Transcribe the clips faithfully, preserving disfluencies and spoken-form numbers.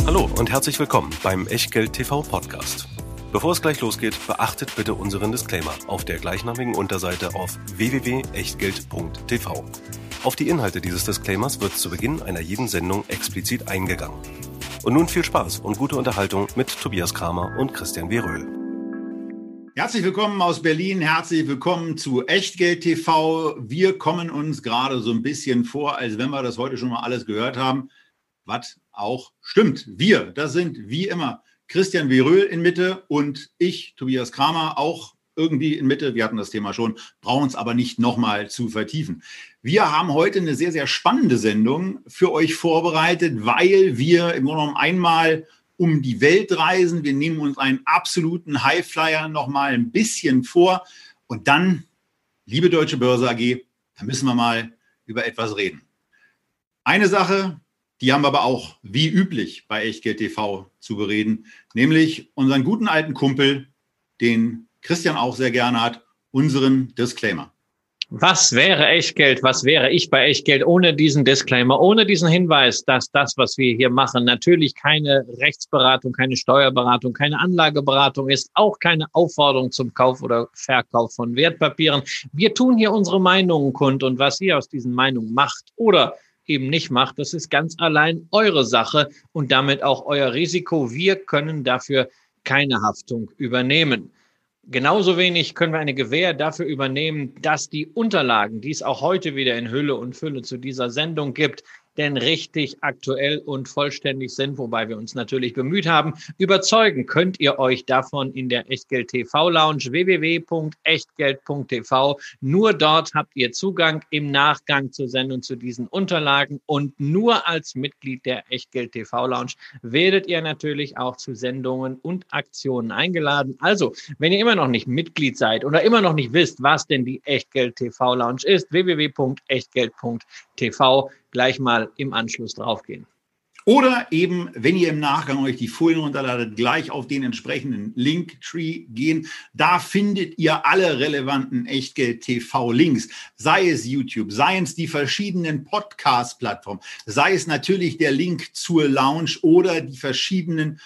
Hallo und herzlich willkommen beim Echtgeld T V Podcast. Bevor es gleich losgeht, beachtet bitte unseren Disclaimer auf der gleichnamigen Unterseite auf w w w punkt echtgeld punkt t v. Auf die Inhalte dieses Disclaimers wird zu Beginn einer jeden Sendung explizit eingegangen. Und nun viel Spaß und gute Unterhaltung mit Tobias Kramer und Christian W. Röhl. Herzlich willkommen aus Berlin, herzlich willkommen zu Echtgeld T V. Wir kommen uns gerade so ein bisschen vor, als wenn wir das heute schon mal alles gehört haben, was auch stimmt. Wir, das sind wie immer Christian W. Röhl in Mitte und ich, Tobias Kramer, auch irgendwie in Mitte. Wir hatten das Thema schon, brauchen es aber nicht nochmal zu vertiefen. Wir haben heute eine sehr, sehr spannende Sendung für euch vorbereitet, weil wir im Grunde genommen einmal um die Welt reisen. Wir nehmen uns einen absoluten Highflyer nochmal ein bisschen vor. Und dann, liebe Deutsche Börse A G, da müssen wir mal über etwas reden. Eine Sache, die haben wir aber auch, wie üblich, bei Echtgeld T V zu bereden, nämlich unseren guten alten Kumpel, den Christian auch sehr gerne hat, unseren Disclaimer. Was wäre Echtgeld? Was wäre ich bei Echtgeld ohne diesen Disclaimer, ohne diesen Hinweis, dass das, was wir hier machen, natürlich keine Rechtsberatung, keine Steuerberatung, keine Anlageberatung ist, auch keine Aufforderung zum Kauf oder Verkauf von Wertpapieren. Wir tun hier unsere Meinungen kund und was ihr aus diesen Meinungen macht oder eben nicht macht, das ist ganz allein eure Sache und damit auch euer Risiko. Wir können dafür keine Haftung übernehmen. Genauso wenig können wir eine Gewähr dafür übernehmen, dass die Unterlagen, die es auch heute wieder in Hülle und Fülle zu dieser Sendung gibt, denn richtig aktuell und vollständig sind, wobei wir uns natürlich bemüht haben. Überzeugen könnt ihr euch davon in der Echtgeld T V Lounge w w w punkt echtgeld punkt t v. Nur dort habt ihr Zugang im Nachgang zur Sendung zu diesen Unterlagen und nur als Mitglied der Echtgeld T V Lounge werdet ihr natürlich auch zu Sendungen und Aktionen eingeladen. Also, wenn ihr immer noch nicht Mitglied seid oder immer noch nicht wisst, was denn die Echtgeld T V Lounge ist, w w w punkt echtgeld punkt t v, gleich mal im Anschluss draufgehen. Oder eben, wenn ihr im Nachgang euch die Folien runterladet, gleich auf den entsprechenden Linktree gehen. Da findet ihr alle relevanten Echtgeld-T V-Links. Sei es YouTube, seien es die verschiedenen Podcast-Plattformen, sei es natürlich der Link zur Lounge oder die verschiedenen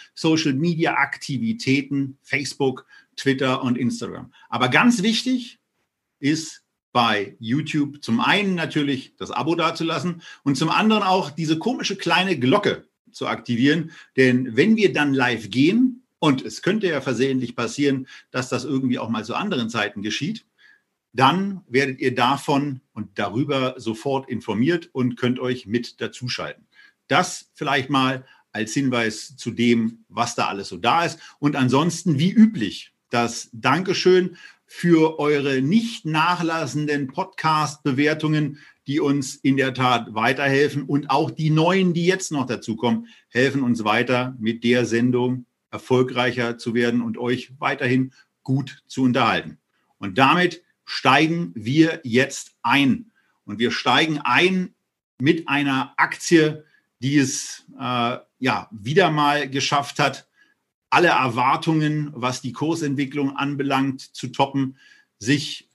Social-Media-Aktivitäten, Facebook, Twitter und Instagram. Aber ganz wichtig ist, bei YouTube zum einen natürlich das Abo dazulassen und zum anderen auch diese komische kleine Glocke zu aktivieren. Denn wenn wir dann live gehen, und es könnte ja versehentlich passieren, dass das irgendwie auch mal zu anderen Zeiten geschieht, dann werdet ihr davon und darüber sofort informiert und könnt euch mit dazuschalten. Das vielleicht mal als Hinweis zu dem, was da alles so da ist. Und ansonsten, wie üblich, das Dankeschön für eure nicht nachlassenden Podcast-Bewertungen, die uns in der Tat weiterhelfen. Und auch die neuen, die jetzt noch dazukommen, helfen uns weiter, mit der Sendung erfolgreicher zu werden und euch weiterhin gut zu unterhalten. Und damit steigen wir jetzt ein. Und wir steigen ein mit einer Aktie, die es äh, ja wieder mal geschafft hat, alle Erwartungen, was die Kursentwicklung anbelangt, zu toppen, sich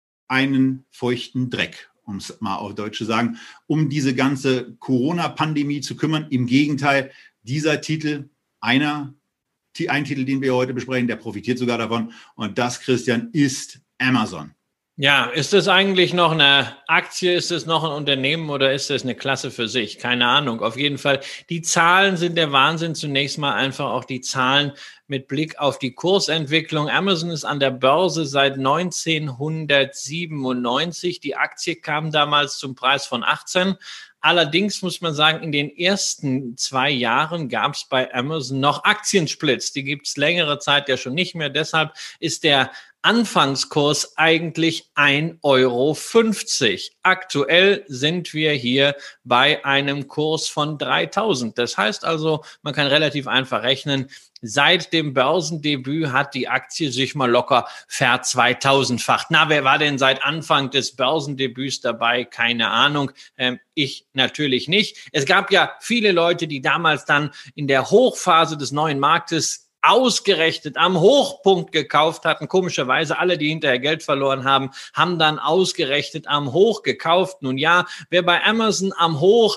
einen feuchten Dreck, um es mal auf Deutsch zu sagen, um diese ganze Corona-Pandemie zu kümmern. Im Gegenteil, dieser Titel, einer, ein Titel, den wir heute besprechen, der profitiert sogar davon. Und das, Christian, ist Amazon. Ja, ist das eigentlich noch eine Aktie, ist es noch ein Unternehmen oder ist das eine Klasse für sich? Keine Ahnung. Auf jeden Fall, die Zahlen sind der Wahnsinn. Zunächst mal einfach auch die Zahlen mit Blick auf die Kursentwicklung. Amazon ist an der Börse seit neunzehnhundertsiebenundneunzig. Die Aktie kam damals zum Preis von achtzehn. Allerdings muss man sagen, in den ersten zwei Jahren gab es bei Amazon noch Aktiensplits. Die gibt es längere Zeit ja schon nicht mehr. Deshalb ist der Anfangskurs eigentlich ein Euro fünfzig. Aktuell sind wir hier bei einem Kurs von dreitausend. Das heißt also, man kann relativ einfach rechnen, seit dem Börsendebüt hat die Aktie sich mal locker verzweitausendfacht. Na, wer war denn seit Anfang des Börsendebüts dabei? Keine Ahnung. Ähm, ich natürlich nicht. Es gab ja viele Leute, die damals dann in der Hochphase des neuen Marktes ausgerechnet am Hochpunkt gekauft hatten. Komischerweise alle, die hinterher Geld verloren haben, haben dann ausgerechnet am Hoch gekauft. Nun ja, wer bei Amazon am Hoch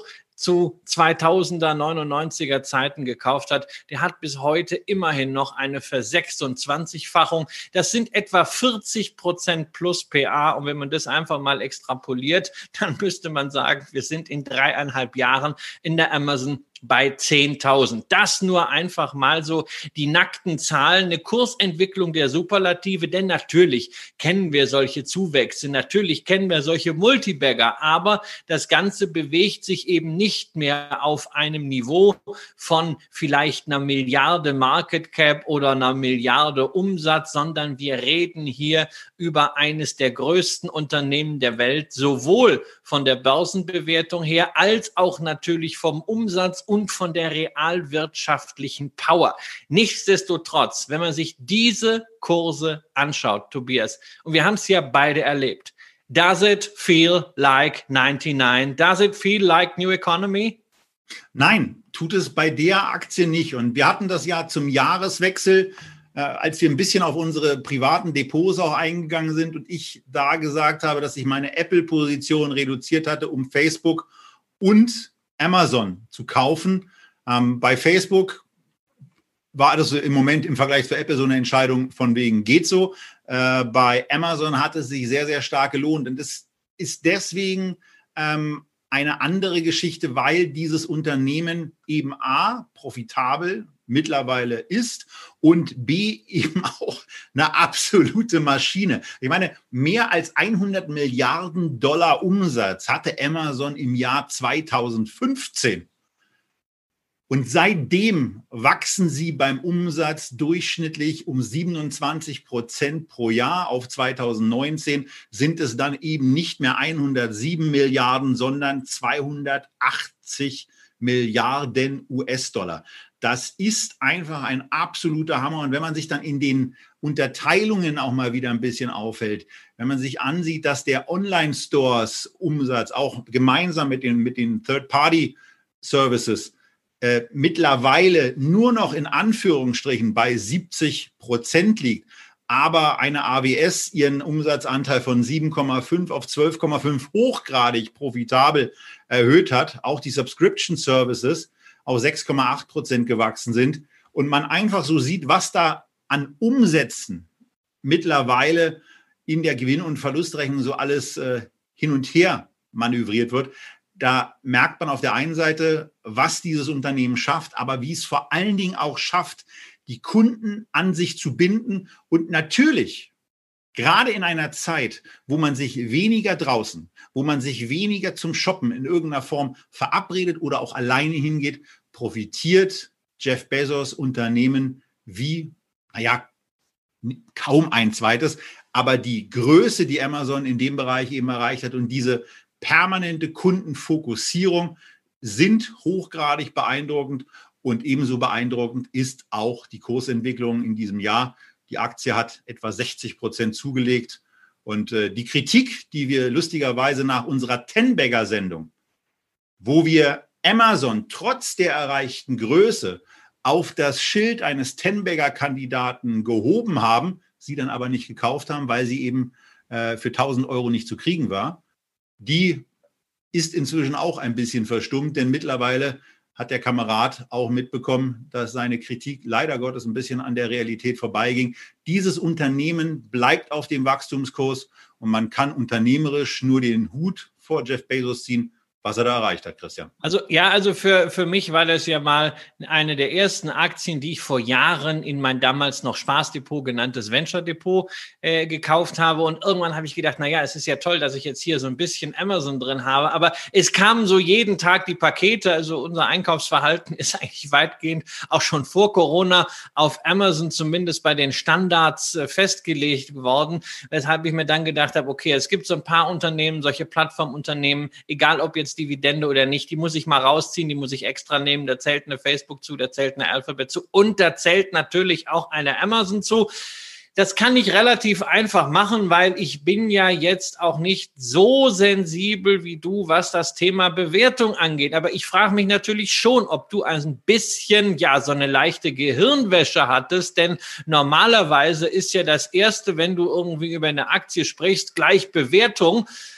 zu zweitausender, neunundneunziger Zeiten gekauft hat, der hat bis heute immerhin noch eine Versechsundzwanzigfachung. Das sind etwa vierzig Prozent plus P A. Und wenn man das einfach mal extrapoliert, dann müsste man sagen, wir sind in dreieinhalb Jahren in der Amazon bei zehntausend. Das nur einfach mal so die nackten Zahlen, eine Kursentwicklung der Superlative, denn natürlich kennen wir solche Zuwächse, natürlich kennen wir solche Multibagger, aber das Ganze bewegt sich eben nicht mehr auf einem Niveau von vielleicht einer Milliarde Market Cap oder einer Milliarde Umsatz, sondern wir reden hier über eines der größten Unternehmen der Welt, sowohl von der Börsenbewertung her als auch natürlich vom Umsatz und von der realwirtschaftlichen Power. Nichtsdestotrotz, wenn man sich diese Kurse anschaut, Tobias, und wir haben es ja beide erlebt, does it feel like neunundneunzig? Does it feel like New Economy? Nein, tut es bei der Aktie nicht. Und wir hatten das ja zum Jahreswechsel, äh, als wir ein bisschen auf unsere privaten Depots auch eingegangen sind und ich da gesagt habe, dass ich meine Apple-Position reduziert hatte, um Facebook und Amazon zu kaufen. Ähm, bei Facebook war das im Moment im Vergleich zu Apple so eine Entscheidung von wegen geht so. Äh, bei Amazon hat es sich sehr, sehr stark gelohnt. Und das ist deswegen ähm, eine andere Geschichte, weil dieses Unternehmen eben A, profitabel mittlerweile ist und B, eben auch eine absolute Maschine. Ich meine, mehr als hundert Milliarden Dollar Umsatz hatte Amazon im Jahr zweitausendfünfzehn. Und seitdem wachsen sie beim Umsatz durchschnittlich um siebenundzwanzig Prozent pro Jahr. Auf zweitausendneunzehn sind es dann eben nicht mehr hundertsieben Milliarden, sondern zweihundertachtzig Milliarden U S-Dollar. Das ist einfach ein absoluter Hammer. Und wenn man sich dann in den Unterteilungen auch mal wieder ein bisschen aufhält, wenn man sich ansieht, dass der Online-Stores-Umsatz auch gemeinsam mit den, mit den Third-Party-Services äh, mittlerweile nur noch in Anführungsstrichen bei siebzig Prozent liegt, aber eine A W S ihren Umsatzanteil von sieben Komma fünf auf zwölf Komma fünf hochgradig profitabel erhöht hat, auch die Subscription Services auf sechs Komma acht Prozent gewachsen sind und man einfach so sieht, was da an Umsätzen mittlerweile in der Gewinn- und Verlustrechnung so alles äh, hin und her manövriert wird, da merkt man auf der einen Seite, was dieses Unternehmen schafft, aber wie es vor allen Dingen auch schafft, die Kunden an sich zu binden und natürlich gerade in einer Zeit, wo man sich weniger draußen, wo man sich weniger zum Shoppen in irgendeiner Form verabredet oder auch alleine hingeht, profitiert Jeff Bezos Unternehmen wie, naja, kaum ein zweites, aber die Größe, die Amazon in dem Bereich eben erreicht hat und diese permanente Kundenfokussierung sind hochgradig beeindruckend. Und ebenso beeindruckend ist auch die Kursentwicklung in diesem Jahr. Die Aktie hat etwa sechzig Prozent zugelegt. Und äh, die Kritik, die wir lustigerweise nach unserer Ten-Bagger-Sendung, wo wir Amazon trotz der erreichten Größe auf das Schild eines Ten-Bagger-Kandidaten gehoben haben, sie dann aber nicht gekauft haben, weil sie eben äh, für tausend Euro nicht zu kriegen war, die ist inzwischen auch ein bisschen verstummt, denn mittlerweile hat der Kamerad auch mitbekommen, dass seine Kritik leider Gottes ein bisschen an der Realität vorbeiging. Dieses Unternehmen bleibt auf dem Wachstumskurs und man kann unternehmerisch nur den Hut vor Jeff Bezos ziehen, was er da erreicht hat, Christian. Also ja, also für für mich war das ja mal eine der ersten Aktien, die ich vor Jahren in mein damals noch Spaßdepot genanntes Venture Depot äh, gekauft habe. Und irgendwann habe ich gedacht, na ja, es ist ja toll, dass ich jetzt hier so ein bisschen Amazon drin habe. Aber es kamen so jeden Tag die Pakete. Also unser Einkaufsverhalten ist eigentlich weitgehend auch schon vor Corona auf Amazon zumindest bei den Standards äh, festgelegt worden. Weshalb ich mir dann gedacht habe, okay, es gibt so ein paar Unternehmen, solche Plattformunternehmen, egal ob jetzt Dividende oder nicht, die muss ich mal rausziehen, die muss ich extra nehmen, da zählt eine Facebook zu, da zählt eine Alphabet zu und da zählt natürlich auch eine Amazon zu. Das kann ich relativ einfach machen, weil ich bin ja jetzt auch nicht so sensibel wie du, was das Thema Bewertung angeht. Aber ich frage mich natürlich schon, ob du ein bisschen, ja, so eine leichte Gehirnwäsche hattest, denn normalerweise ist ja das Erste, wenn du irgendwie über eine Aktie sprichst, gleich Bewertung.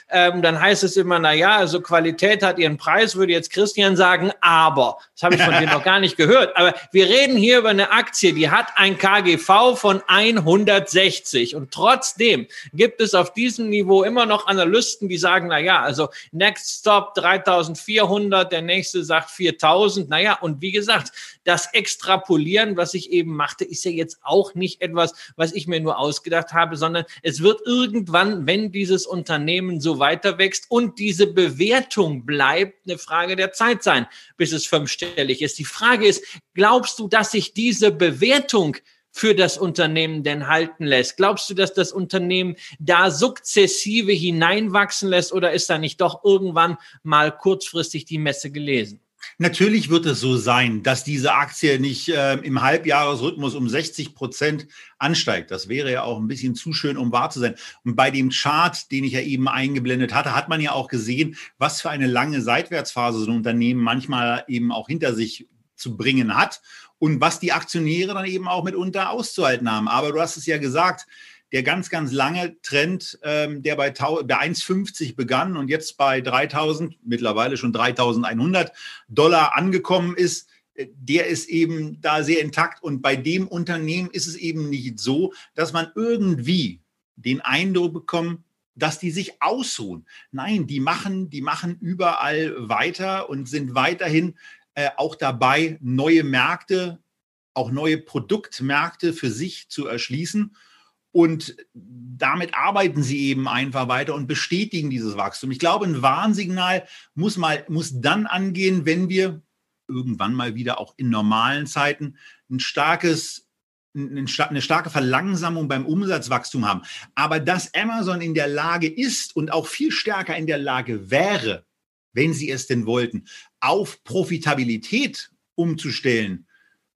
ähm, dann heißt es immer, na ja, also Qualität hat ihren Preis, würde jetzt Christian sagen, aber, das habe ich von dir noch gar nicht gehört, aber wir reden hier über eine Aktie, die hat ein K G V von hundertsechzig und trotzdem gibt es auf diesem Niveau immer noch Analysten, die sagen, na ja, also Next Stop dreitausendvierhundert, der nächste sagt viertausend, naja, und wie gesagt, das Extrapolieren, was ich eben machte, ist ja jetzt auch nicht etwas, was ich mir nur ausgedacht habe, sondern es wird irgendwann, wenn dieses Unternehmen so weiter wächst und diese Bewertung bleibt, eine Frage der Zeit sein, bis es fünfstellig ist. Die Frage ist, glaubst du, dass sich diese Bewertung für das Unternehmen denn halten lässt? Glaubst du, dass das Unternehmen da sukzessive hineinwachsen lässt oder ist da nicht doch irgendwann mal kurzfristig die Messe gelesen? Natürlich wird es so sein, dass diese Aktie nicht äh, im Halbjahresrhythmus um sechzig Prozent ansteigt. Das wäre ja auch ein bisschen zu schön, um wahr zu sein. Und bei dem Chart, den ich ja eben eingeblendet hatte, hat man ja auch gesehen, was für eine lange Seitwärtsphase so ein Unternehmen manchmal eben auch hinter sich zu bringen hat und was die Aktionäre dann eben auch mitunter auszuhalten haben. Aber du hast es ja gesagt, der ganz, ganz lange Trend, ähm, der bei, bei eins Komma fünfzig begann und jetzt bei dreitausend, mittlerweile schon dreitausendeinhundert Dollar angekommen ist, der ist eben da sehr intakt. Und bei dem Unternehmen ist es eben nicht so, dass man irgendwie den Eindruck bekommt, dass die sich ausruhen. Nein, die machen, die machen überall weiter und sind weiterhin äh, auch dabei, neue Märkte, auch neue Produktmärkte für sich zu erschließen. Und damit arbeiten sie eben einfach weiter und bestätigen dieses Wachstum. Ich glaube, ein Warnsignal muss mal, muss dann angehen, wenn wir irgendwann mal wieder auch in normalen Zeiten ein starkes, eine starke Verlangsamung beim Umsatzwachstum haben. Aber dass Amazon in der Lage ist und auch viel stärker in der Lage wäre, wenn sie es denn wollten, auf Profitabilität umzustellen,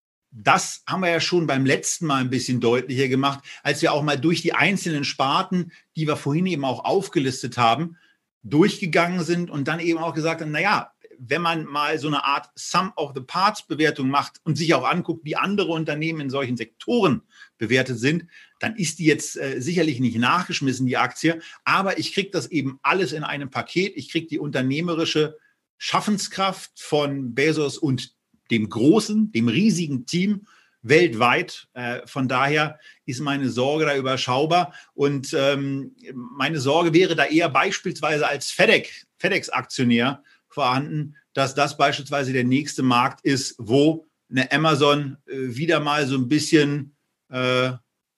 das haben wir ja schon beim letzten Mal ein bisschen deutlicher gemacht, als wir auch mal durch die einzelnen Sparten, die wir vorhin eben auch aufgelistet haben, durchgegangen sind und dann eben auch gesagt haben, naja, wenn man mal so eine Art Sum of the Parts Bewertung macht und sich auch anguckt, wie andere Unternehmen in solchen Sektoren bewertet sind, dann ist die jetzt äh, sicherlich nicht nachgeschmissen, die Aktie. Aber ich kriege das eben alles in einem Paket. Ich kriege die unternehmerische Schaffenskraft von Bezos und dem großen, dem riesigen Team weltweit. Äh, von daher ist meine Sorge da überschaubar. Und ähm, meine Sorge wäre da eher beispielsweise als FedEx, FedEx-Aktionär vorhanden, dass das beispielsweise der nächste Markt ist, wo eine Amazon äh, wieder mal so ein bisschen äh,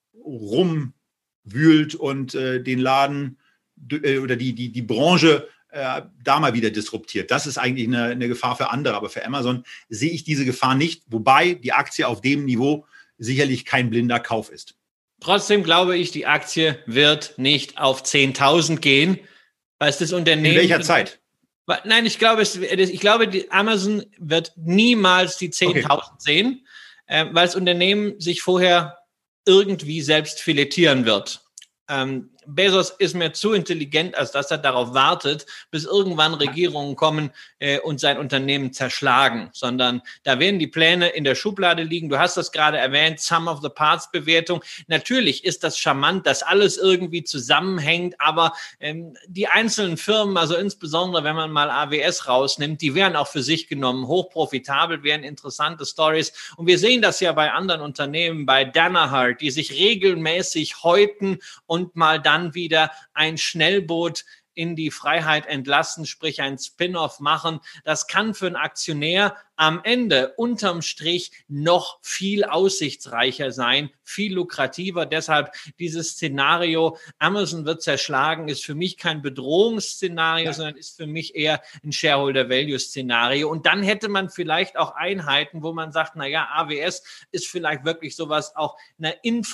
rumwühlt und äh, den Laden äh, oder die, die, die Branche äh, da mal wieder disruptiert. Das ist eigentlich eine, eine Gefahr für andere, aber für Amazon sehe ich diese Gefahr nicht, wobei die Aktie auf dem Niveau sicherlich kein blinder Kauf ist. Trotzdem glaube ich, die Aktie wird nicht auf zehntausend gehen, weil es das Unternehmen... In welcher Zeit? Nein, ich glaube, es, ich glaube, die Amazon wird niemals die zehntausend okay. sehen, äh, weil das Unternehmen sich vorher irgendwie selbst filetieren wird. Ähm, Bezos ist mir zu intelligent, als dass er darauf wartet, bis irgendwann Regierungen kommen äh, und sein Unternehmen zerschlagen, sondern da werden die Pläne in der Schublade liegen. Du hast das gerade erwähnt, Sum of the Parts Bewertung. Natürlich ist das charmant, dass alles irgendwie zusammenhängt, aber ähm, die einzelnen Firmen, also insbesondere wenn man mal A W S rausnimmt, die wären auch für sich genommen hochprofitabel, wären interessante Stories. Und wir sehen das ja bei anderen Unternehmen, bei Danaher, die sich regelmäßig häuten und mal dann wieder ein Schnellboot in die Freiheit entlassen, sprich ein Spin-off machen. Das kann für einen Aktionär am Ende unterm Strich noch viel aussichtsreicher sein, viel lukrativer. Deshalb dieses Szenario, Amazon wird zerschlagen, ist für mich kein Bedrohungsszenario, ja. sondern ist für mich eher ein Shareholder-Value-Szenario. Und dann hätte man vielleicht auch Einheiten, wo man sagt, naja, A W S ist vielleicht wirklich sowas, auch eine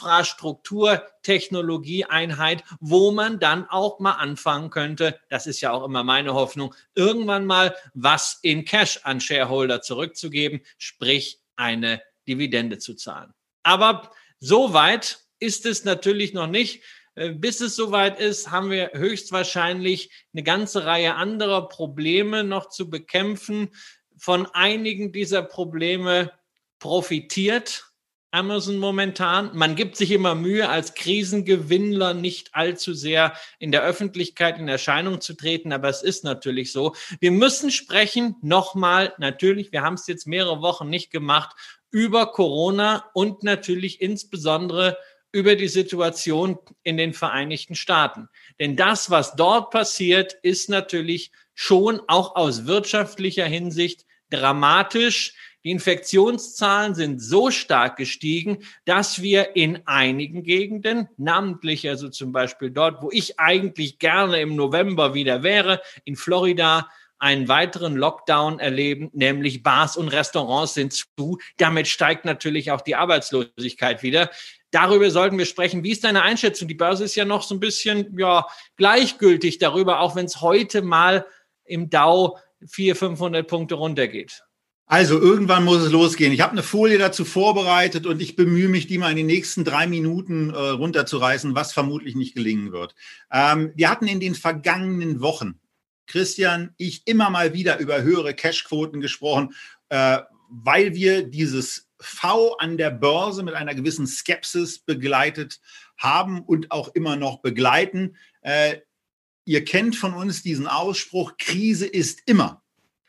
Infrastruktur-Technologie-Einheit, wo man dann auch mal anfangen könnte, das ist ja auch immer meine Hoffnung, irgendwann mal was in Cash an Shareholder zurückzugeben, sprich eine Dividende zu zahlen. Aber so weit ist es natürlich noch nicht. Bis es soweit ist, haben wir höchstwahrscheinlich eine ganze Reihe anderer Probleme noch zu bekämpfen. Von einigen dieser Probleme profitiert Amazon momentan. Man gibt sich immer Mühe, als Krisengewinnler nicht allzu sehr in der Öffentlichkeit in Erscheinung zu treten, aber es ist natürlich so. Wir müssen sprechen, nochmal, natürlich, wir haben es jetzt mehrere Wochen nicht gemacht, über Corona und natürlich insbesondere über die Situation in den Vereinigten Staaten. Denn das, was dort passiert, ist natürlich schon auch aus wirtschaftlicher Hinsicht dramatisch. Die Infektionszahlen sind so stark gestiegen, dass wir in einigen Gegenden, namentlich also zum Beispiel dort, wo ich eigentlich gerne im November wieder wäre, in Florida, einen weiteren Lockdown erleben, nämlich Bars und Restaurants sind zu. Damit steigt natürlich auch die Arbeitslosigkeit wieder. Darüber sollten wir sprechen. Wie ist deine Einschätzung? Die Börse ist ja noch so ein bisschen ja, gleichgültig darüber, auch wenn es heute mal im Dow vierhundert, fünfhundert Punkte runtergeht. Also irgendwann muss es losgehen. Ich habe eine Folie dazu vorbereitet und ich bemühe mich, die mal in den nächsten drei Minuten äh, runterzureißen, was vermutlich nicht gelingen wird. Ähm, wir hatten in den vergangenen Wochen, Christian, ich immer mal wieder über höhere Cashquoten gesprochen, äh, weil wir dieses V an der Börse mit einer gewissen Skepsis begleitet haben und auch immer noch begleiten. Äh, ihr kennt von uns diesen Ausspruch, Krise ist immer.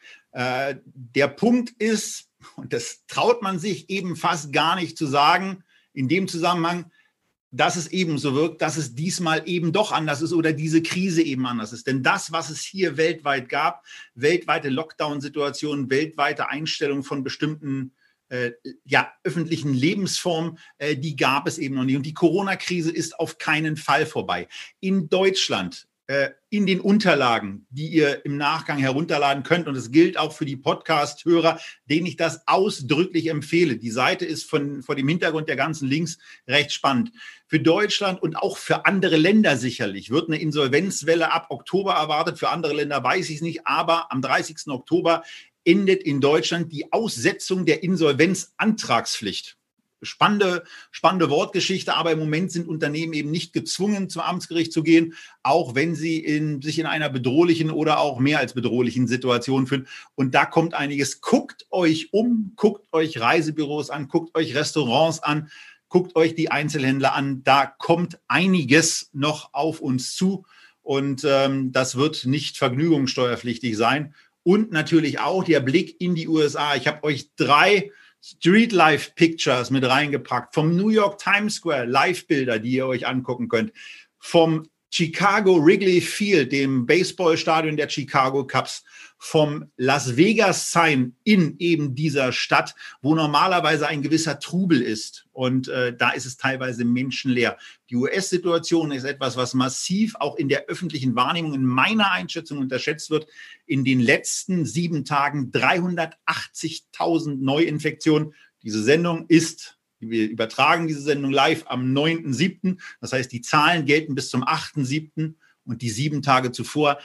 Äh, der Punkt ist, und das traut man sich eben fast gar nicht zu sagen, in dem Zusammenhang, dass es eben so wirkt, dass es diesmal eben doch anders ist oder diese Krise eben anders ist. Denn das, was es hier weltweit gab, weltweite Lockdown-Situationen, weltweite Einstellungen von bestimmten äh, ja, öffentlichen Lebensformen, äh, die gab es eben noch nicht. Und die Corona-Krise ist auf keinen Fall vorbei. In Deutschland, in den Unterlagen, die ihr im Nachgang herunterladen könnt. Und es gilt auch für die Podcast-Hörer, denen ich das ausdrücklich empfehle. Die Seite ist von, vor dem Hintergrund der ganzen Links recht spannend. Für Deutschland und auch für andere Länder sicherlich wird eine Insolvenzwelle ab Oktober erwartet. Für andere Länder weiß ich es nicht. Aber am dreißigsten Oktober endet in Deutschland die Aussetzung der Insolvenzantragspflicht. Spannende, spannende Wortgeschichte, aber im Moment sind Unternehmen eben nicht gezwungen, zum Amtsgericht zu gehen, auch wenn sie in, sich in einer bedrohlichen oder auch mehr als bedrohlichen Situation finden. Und da kommt einiges. Guckt euch um, guckt euch Reisebüros an, guckt euch Restaurants an, guckt euch die Einzelhändler an. Da kommt einiges noch auf uns zu und ähm, das wird nicht vergnügungssteuerpflichtig sein. Und natürlich auch der Blick in die U S A. Ich habe euch drei Street Life Pictures mit reingepackt, vom New York Times Square Live-Bilder, die ihr euch angucken könnt, vom Chicago Wrigley Field, dem Baseballstadion der Chicago Cubs, vom Las Vegas Sign in eben dieser Stadt, wo normalerweise ein gewisser Trubel ist. Und äh, da ist es teilweise menschenleer. Die U S-Situation ist etwas, was massiv auch in der öffentlichen Wahrnehmung in meiner Einschätzung unterschätzt wird. In den letzten sieben Tagen dreihundertachtzigtausend Neuinfektionen. Diese Sendung ist, wir übertragen diese Sendung live am neunten siebten Das heißt, die Zahlen gelten bis zum achten siebten und die sieben Tage zuvor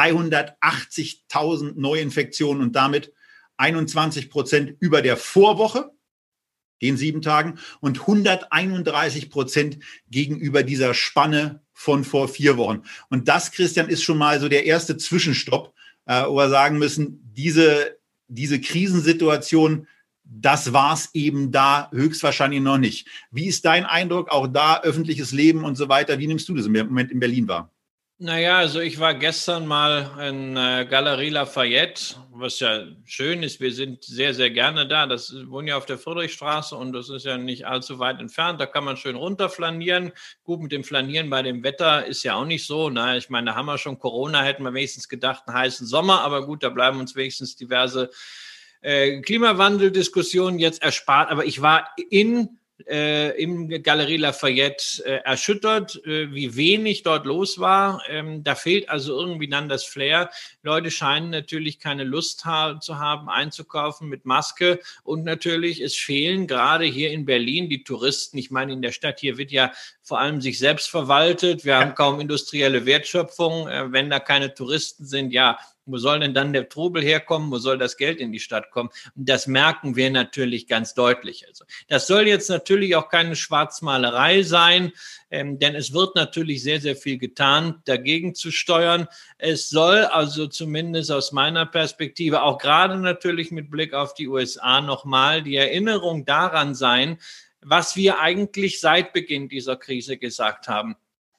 dreihundertachtzigtausend Neuinfektionen und damit einundzwanzig Prozent über der Vorwoche, den sieben Tagen, und hunderteinunddreißig Prozent gegenüber dieser Spanne von vor vier Wochen. Und das, Christian, ist schon mal so der erste Zwischenstopp, äh, wo wir sagen müssen, diese, diese Krisensituation, das war es eben da höchstwahrscheinlich noch nicht. Wie ist dein Eindruck, auch da öffentliches Leben und so weiter? Wie nimmst du das im Moment in Berlin wahr? Naja, also ich war gestern mal in äh, Galerie Lafayette, was ja schön ist. Wir sind sehr, sehr gerne da. Das wohnen ja auf der Friedrichstraße und das ist ja nicht allzu weit entfernt. Da kann man schön runterflanieren. Gut, mit dem Flanieren bei dem Wetter ist ja auch nicht so. Na, ich meine, da haben wir schon Corona, hätten wir wenigstens gedacht, einen heißen Sommer. Aber gut, da bleiben uns wenigstens diverse äh, Klimawandeldiskussionen jetzt erspart. Aber ich war in Äh, im Galerie Lafayette äh, erschüttert, äh, wie wenig dort los war. Ähm, da fehlt also irgendwie dann das Flair. Leute scheinen natürlich keine Lust ha- zu haben, einzukaufen mit Maske. Und natürlich, es fehlen gerade hier in Berlin die Touristen. Ich meine, in der Stadt hier wird ja vor allem sich selbst verwaltet. Wir haben kaum industrielle Wertschöpfung. Äh, wenn da keine Touristen sind, ja, wo soll denn dann der Trubel herkommen? Wo soll das Geld in die Stadt kommen? Und das merken wir natürlich ganz deutlich. Also, das soll jetzt natürlich auch keine Schwarzmalerei sein, ähm, denn es wird natürlich sehr, sehr viel getan, dagegen zu steuern. Es soll also zumindest aus meiner Perspektive auch gerade natürlich mit Blick auf die U S A nochmal die Erinnerung daran sein, was wir eigentlich seit Beginn dieser Krise gesagt haben.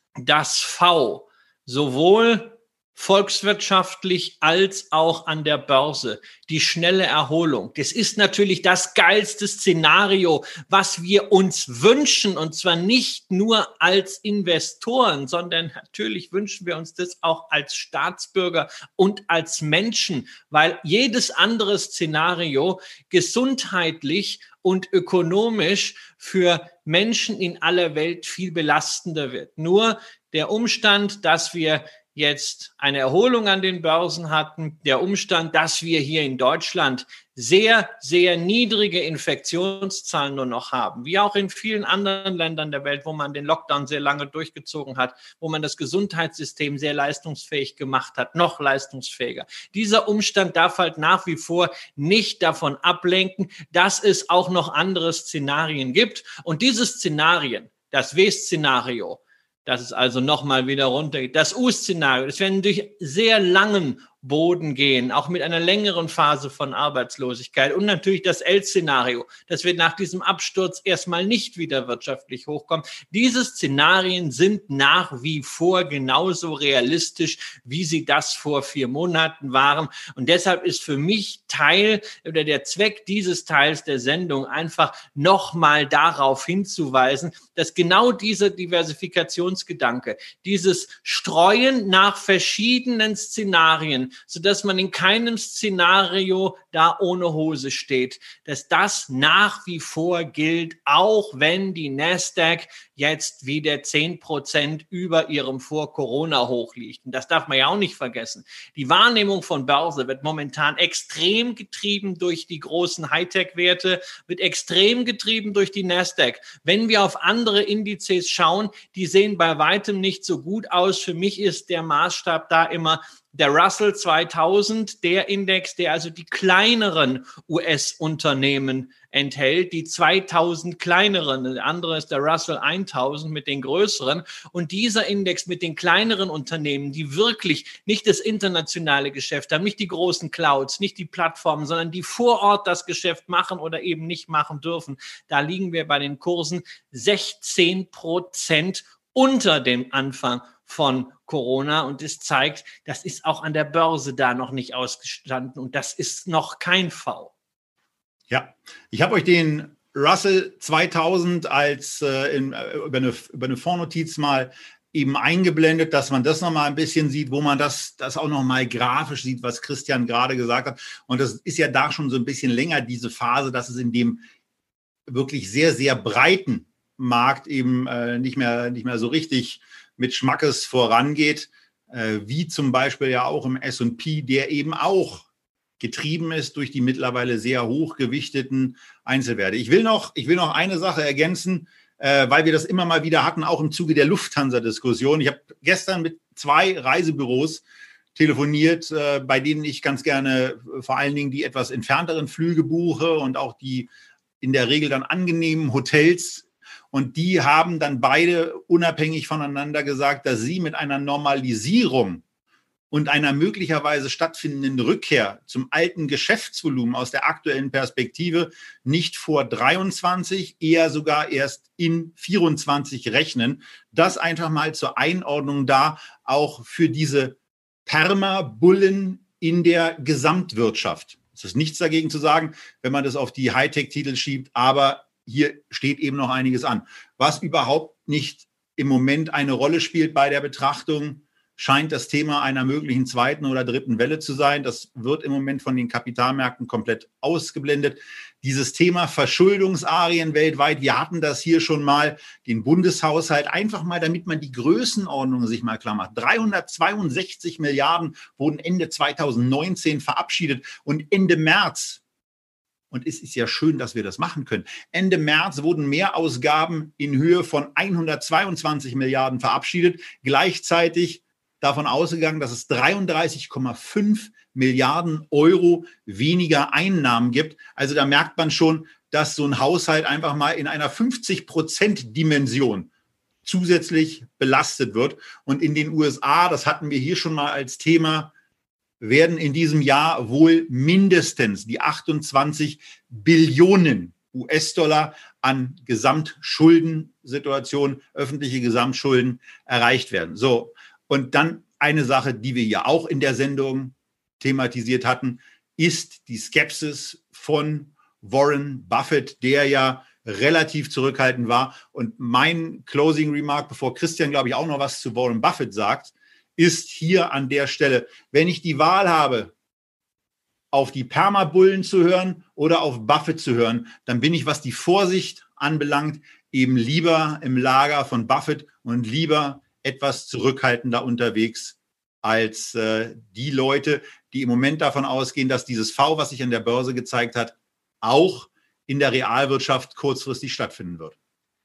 Das V, sowohl volkswirtschaftlich als auch an der Börse, die schnelle Erholung. Das ist natürlich das geilste Szenario, was wir uns wünschen, und zwar nicht nur als Investoren, sondern natürlich wünschen wir uns das auch als Staatsbürger und als Menschen, weil jedes andere Szenario gesundheitlich und ökonomisch für Menschen in aller Welt viel belastender wird. Nur der Umstand, dass wir jetzt eine Erholung an den Börsen hatten, der Umstand, dass wir hier in Deutschland sehr, sehr niedrige Infektionszahlen nur noch haben, wie auch in vielen anderen Ländern der Welt, wo man den Lockdown sehr lange durchgezogen hat, wo man das Gesundheitssystem sehr leistungsfähig gemacht hat, noch leistungsfähiger. Dieser Umstand darf halt nach wie vor nicht davon ablenken, dass es auch noch andere Szenarien gibt. Und diese Szenarien, das W-Szenario, dass es also nochmal wieder runtergeht. Das U-Szenario, das werden durch sehr langen Boden gehen, auch mit einer längeren Phase von Arbeitslosigkeit. Und natürlich das L-Szenario, dass wir nach diesem Absturz erstmal nicht wieder wirtschaftlich hochkommen. Diese Szenarien sind nach wie vor genauso realistisch, wie sie das vor vier Monaten waren. Und deshalb ist für mich Teil oder der Zweck dieses Teils der Sendung einfach nochmal darauf hinzuweisen, dass genau dieser Diversifikationsgedanke, dieses Streuen nach verschiedenen Szenarien, sodass man in keinem Szenario da ohne Hose steht, dass das nach wie vor gilt, auch wenn die Nasdaq jetzt wieder zehn Prozent über ihrem Vor-Corona-Hoch liegt. Und das darf man ja auch nicht vergessen. Die Wahrnehmung von Börse wird momentan extrem getrieben durch die großen Hightech-Werte, wird extrem getrieben durch die Nasdaq. Wenn wir auf andere Indizes schauen, die sehen bei weitem nicht so gut aus. Für mich ist der Maßstab da immer der Russell zweitausend, der Index, der also die kleineren U S-Unternehmen enthält, die zweitausend kleineren. Der andere ist der Russell tausend mit den größeren. Und dieser Index mit den kleineren Unternehmen, die wirklich nicht das internationale Geschäft haben, nicht die großen Clouds, nicht die Plattformen, sondern die vor Ort das Geschäft machen oder eben nicht machen dürfen, da liegen wir bei den Kursen sechzehn Prozent unter dem Anfang von Corona, und es zeigt, das ist auch an der Börse da noch nicht ausgestanden, und das ist noch kein V. Ja, ich habe euch den Russell zweitausend als äh, in, äh, über, eine, über eine Fondnotiz mal eben eingeblendet, dass man das nochmal ein bisschen sieht, wo man das, das auch nochmal grafisch sieht, was Christian gerade gesagt hat. Und das ist ja da schon so ein bisschen länger, diese Phase, dass es in dem wirklich sehr, sehr breiten Markt eben äh, nicht mehr, nicht mehr so richtig mit Schmackes vorangeht, äh, wie zum Beispiel ja auch im S und P, der eben auch getrieben ist durch die mittlerweile sehr hochgewichteten Einzelwerte. Ich will noch, ich will noch eine Sache ergänzen, äh, weil wir das immer mal wieder hatten, auch im Zuge der Lufthansa-Diskussion. Ich habe gestern mit zwei Reisebüros telefoniert, äh, bei denen ich ganz gerne äh, vor allen Dingen die etwas entfernteren Flüge buche und auch die in der Regel dann angenehmen Hotels. Und die haben dann beide unabhängig voneinander gesagt, dass sie mit einer Normalisierung und einer möglicherweise stattfindenden Rückkehr zum alten Geschäftsvolumen aus der aktuellen Perspektive nicht vor dreiundzwanzig, eher sogar erst in vierundzwanzig rechnen. Das einfach mal zur Einordnung da, auch für diese Perma-Bullen in der Gesamtwirtschaft. Es ist nichts dagegen zu sagen, wenn man das auf die Hightech-Titel schiebt, aber hier steht eben noch einiges an. Was überhaupt nicht im Moment eine Rolle spielt bei der Betrachtung, scheint das Thema einer möglichen zweiten oder dritten Welle zu sein. Das wird im Moment von den Kapitalmärkten komplett ausgeblendet. Dieses Thema Verschuldungsarien weltweit, wir hatten das hier schon mal, den Bundeshaushalt, einfach mal, damit man die Größenordnung sich mal klar macht. dreihundertzweiundsechzig Milliarden wurden Ende zweitausendneunzehn verabschiedet und Ende März, und es ist ja schön, dass wir das machen können, Ende März wurden Mehrausgaben in Höhe von hundertzweiundzwanzig Milliarden verabschiedet, gleichzeitig davon ausgegangen, dass es dreiunddreißig Komma fünf Milliarden Euro weniger Einnahmen gibt. Also da merkt man schon, dass so ein Haushalt einfach mal in einer fünfzig Prozent Dimension zusätzlich belastet wird. Und in den U S A, das hatten wir hier schon mal als Thema, werden in diesem Jahr wohl mindestens die achtundzwanzig Billionen U S-Dollar an Gesamtschuldensituation, öffentliche Gesamtschulden erreicht werden. So, und dann eine Sache, die wir ja auch in der Sendung thematisiert hatten, ist die Skepsis von Warren Buffett, der ja relativ zurückhaltend war. Und mein Closing Remark, bevor Christian, glaube ich, auch noch was zu Warren Buffett sagt, ist hier an der Stelle, wenn ich die Wahl habe, auf die Permabullen zu hören oder auf Buffett zu hören, dann bin ich, was die Vorsicht anbelangt, eben lieber im Lager von Buffett und lieber etwas zurückhaltender unterwegs als äh, die Leute, die im Moment davon ausgehen, dass dieses V, was sich an der Börse gezeigt hat, auch in der Realwirtschaft kurzfristig stattfinden wird.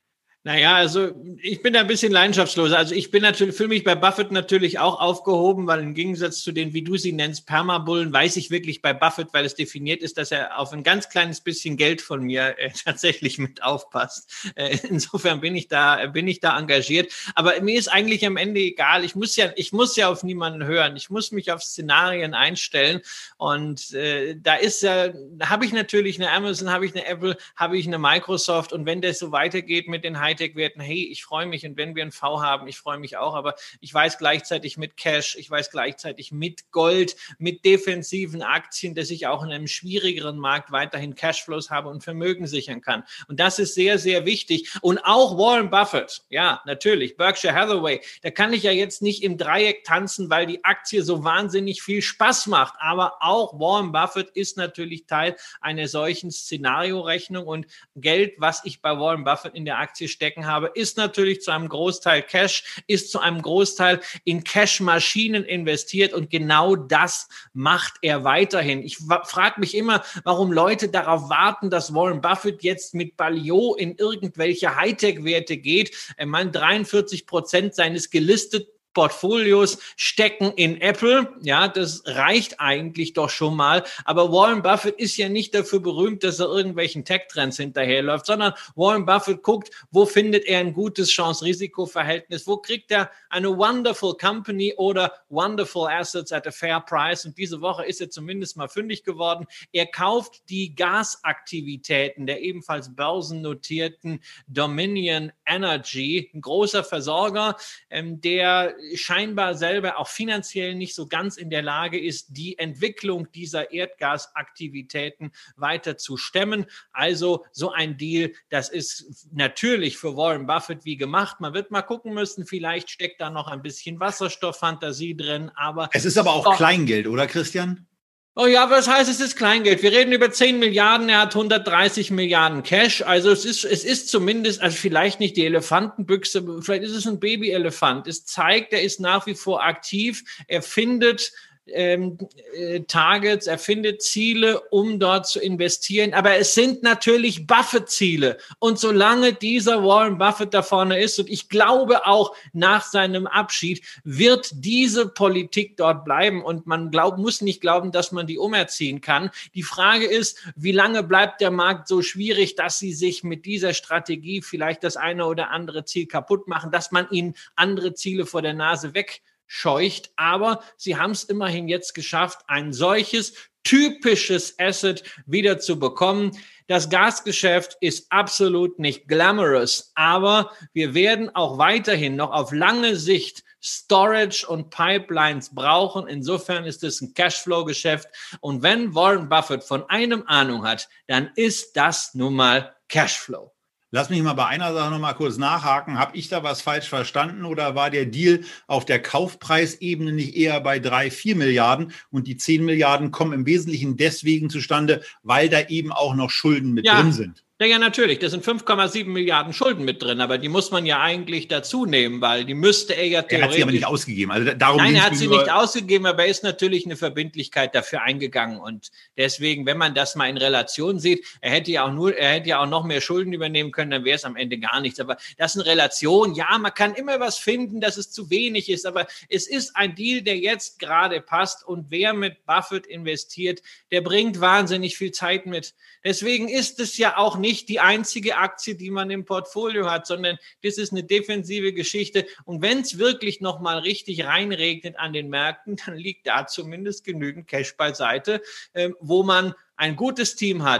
Naja, also ich bin da ein bisschen leidenschaftsloser. Also ich bin natürlich, fühle mich bei Buffett natürlich auch aufgehoben, weil im Gegensatz zu den, wie du sie nennst, Permabullen, weiß ich wirklich bei Buffett, weil es definiert ist, dass er auf ein ganz kleines bisschen Geld von mir äh, tatsächlich mit aufpasst. Äh, insofern bin ich da, bin ich da engagiert. Aber mir ist eigentlich am Ende egal. Ich muss ja, ich muss ja auf niemanden hören. Ich muss mich auf Szenarien einstellen. Und äh, da ist ja, da habe ich natürlich eine Amazon, habe ich eine Apple, habe ich eine Microsoft. Und wenn das so weitergeht mit den Hightech-Werten, hey, ich freue mich, und wenn wir ein V haben, ich freue mich auch, aber ich weiß gleichzeitig mit Cash, ich weiß gleichzeitig mit Gold, mit defensiven Aktien, dass ich auch in einem schwierigeren Markt weiterhin Cashflows habe und Vermögen sichern kann. Und das ist sehr, sehr wichtig. Und auch Warren Buffett, ja, natürlich, Berkshire Hathaway, da kann ich ja jetzt nicht im Dreieck tanzen, weil die Aktie so wahnsinnig viel Spaß macht, aber auch Warren Buffett ist natürlich Teil einer solchen Szenariorechnung, und Geld, was ich bei Warren Buffett in der Aktie stecken habe, ist natürlich zu einem Großteil Cash, ist zu einem Großteil in Cash-Maschinen investiert, und genau das macht er weiterhin. Ich frage mich immer, warum Leute darauf warten, dass Warren Buffett jetzt mit Ballot in irgendwelche Hightech-Werte geht. Er meint, dreiundvierzig Prozent seines gelisteten Portfolios stecken in Apple. Ja, das reicht eigentlich doch schon mal. Aber Warren Buffett ist ja nicht dafür berühmt, dass er irgendwelchen Tech-Trends hinterherläuft, sondern Warren Buffett guckt, wo findet er ein gutes Chance-Risiko-Verhältnis, wo kriegt er eine wonderful company oder wonderful assets at a fair price. Und diese Woche ist er zumindest mal fündig geworden. Er kauft die Gasaktivitäten der ebenfalls börsennotierten Dominion Energy, ein großer Versorger, ähm, der scheinbar selber auch finanziell nicht so ganz in der Lage ist, die Entwicklung dieser Erdgasaktivitäten weiter zu stemmen. Also so ein Deal, das ist natürlich für Warren Buffett wie gemacht. Man wird mal gucken müssen, vielleicht steckt da noch ein bisschen Wasserstofffantasie drin, aber... Es ist aber auch doch Kleingeld, oder Christian? Oh ja, was heißt, es ist Kleingeld? Wir reden über zehn Milliarden, er hat hundertdreißig Milliarden Cash. Also es ist, es ist zumindest, also vielleicht nicht die Elefantenbüchse, vielleicht ist es ein Babyelefant. Es zeigt, er ist nach wie vor aktiv, er findet Ähm, äh, Targets, er findet Ziele, um dort zu investieren. Aber es sind natürlich Buffett-Ziele. Und solange dieser Warren Buffett da vorne ist, und ich glaube auch nach seinem Abschied, wird diese Politik dort bleiben. Und man glaub, muss nicht glauben, dass man die umerziehen kann. Die Frage ist, wie lange bleibt der Markt so schwierig, dass sie sich mit dieser Strategie vielleicht das eine oder andere Ziel kaputt machen, dass man ihnen andere Ziele vor der Nase weg scheucht, aber sie haben es immerhin jetzt geschafft, ein solches typisches Asset wieder zu bekommen. Das Gasgeschäft ist absolut nicht glamorous, aber wir werden auch weiterhin noch auf lange Sicht Storage und Pipelines brauchen. Insofern ist es ein Cashflow-Geschäft. Und wenn Warren Buffett von einem Ahnung hat, dann ist das nun mal Cashflow. Lass mich mal bei einer Sache noch mal kurz nachhaken. Habe ich da was falsch verstanden, oder war der Deal auf der Kaufpreisebene nicht eher bei drei, vier Milliarden, und die zehn Milliarden kommen im Wesentlichen deswegen zustande, weil da eben auch noch Schulden mit ja. drin sind? Ja, ja, natürlich. Da sind fünf Komma sieben Milliarden Schulden mit drin, aber die muss man ja eigentlich dazu nehmen, weil die müsste er ja theoretisch... Er hat sie aber nicht ausgegeben. Also darum Nein, er hat sie nicht ausgegeben, aber er ist natürlich eine Verbindlichkeit dafür eingegangen, und deswegen, wenn man das mal in Relation sieht, er hätte ja auch nur, er hätte ja auch noch mehr Schulden übernehmen können, dann wäre es am Ende gar nichts. Aber das ist eine Relation. Ja, man kann immer was finden, dass es zu wenig ist, aber es ist ein Deal, der jetzt gerade passt, und wer mit Buffett investiert, der bringt wahnsinnig viel Zeit mit. Deswegen ist es ja auch nicht die einzige Aktie, die man im Portfolio hat, sondern das ist eine defensive Geschichte. Und wenn es wirklich nochmal richtig reinregnet an den Märkten, dann liegt da zumindest genügend Cash beiseite, äh, wo man ein gutes Team hat,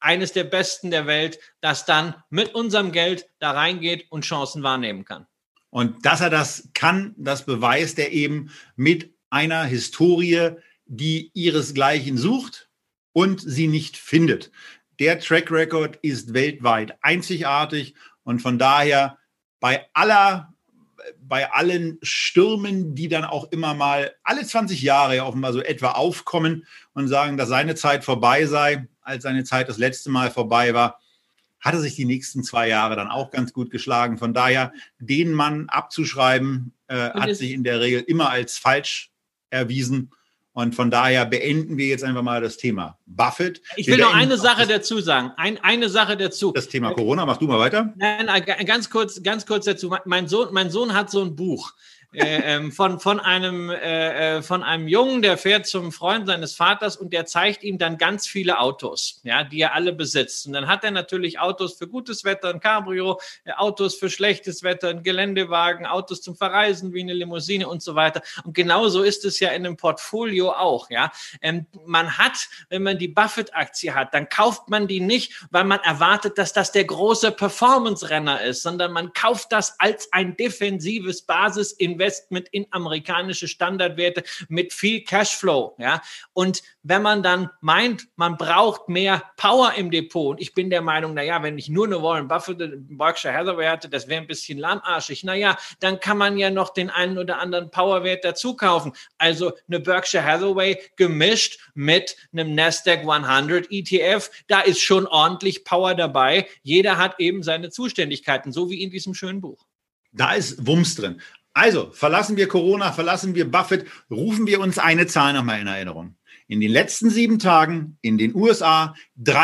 eines der besten der Welt, das dann mit unserem Geld da reingeht und Chancen wahrnehmen kann. Und dass er das kann, das beweist er eben mit einer Historie, die ihresgleichen sucht und sie nicht findet. Der Track Record ist weltweit einzigartig und von daher bei aller, bei allen Stürmen, die dann auch immer mal alle zwanzig Jahre offenbar so etwa aufkommen und sagen, dass seine Zeit vorbei sei, als seine Zeit das letzte Mal vorbei war, hat er sich die nächsten zwei Jahre dann auch ganz gut geschlagen. Von daher, den Mann abzuschreiben, äh, hat sich in der Regel immer als falsch erwiesen. Und von daher beenden wir jetzt einfach mal das Thema Buffett. Ich will wir noch eine Sache dazu sagen. Ein, eine Sache dazu. Das Thema Corona, mach du mal weiter. Nein, nein, ganz kurz, ganz kurz dazu. Mein Sohn, mein Sohn hat so ein Buch. äh, von, von, einem, äh, von einem Jungen, der fährt zum Freund seines Vaters und der zeigt ihm dann ganz viele Autos, ja, die er alle besitzt. Und dann hat er natürlich Autos für gutes Wetter, ein Cabrio, äh, Autos für schlechtes Wetter, ein Geländewagen, Autos zum Verreisen wie eine Limousine und so weiter. Und genauso ist es ja in einem Portfolio auch. Ja. Ähm, man hat, wenn man die Buffett-Aktie hat, dann kauft man die nicht, weil man erwartet, dass das der große Performance-Renner ist, sondern man kauft das als ein defensives Basis-Investment Investment in amerikanische Standardwerte mit viel Cashflow, ja. Und wenn man dann meint, man braucht mehr Power im Depot, und ich bin der Meinung, naja, wenn ich nur eine Warren Buffett, Berkshire Hathaway hatte, das wäre ein bisschen lahmarschig, naja, dann kann man ja noch den einen oder anderen Powerwert dazu kaufen. Also eine Berkshire Hathaway gemischt mit einem Nasdaq hundert E T F, da ist schon ordentlich Power dabei. Jeder hat eben seine Zuständigkeiten, so wie in diesem schönen Buch. Da ist Wumms drin. Also, verlassen wir Corona, verlassen wir Buffett, rufen wir uns eine Zahl nochmal in Erinnerung. In den letzten sieben Tagen in den U S A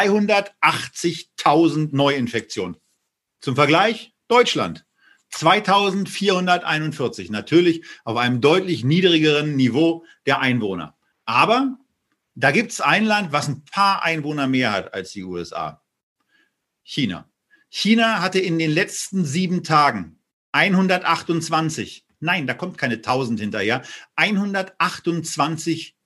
dreihundertachtzigtausend Neuinfektionen. Zum Vergleich Deutschland zweitausendvierhunderteinundvierzig. Natürlich auf einem deutlich niedrigeren Niveau der Einwohner. Aber da gibt es ein Land, was ein paar Einwohner mehr hat als die U S A. China. China hatte in den letzten sieben Tagen hundertachtundzwanzig, nein, da kommt keine tausend hinterher, hundertachtundzwanzig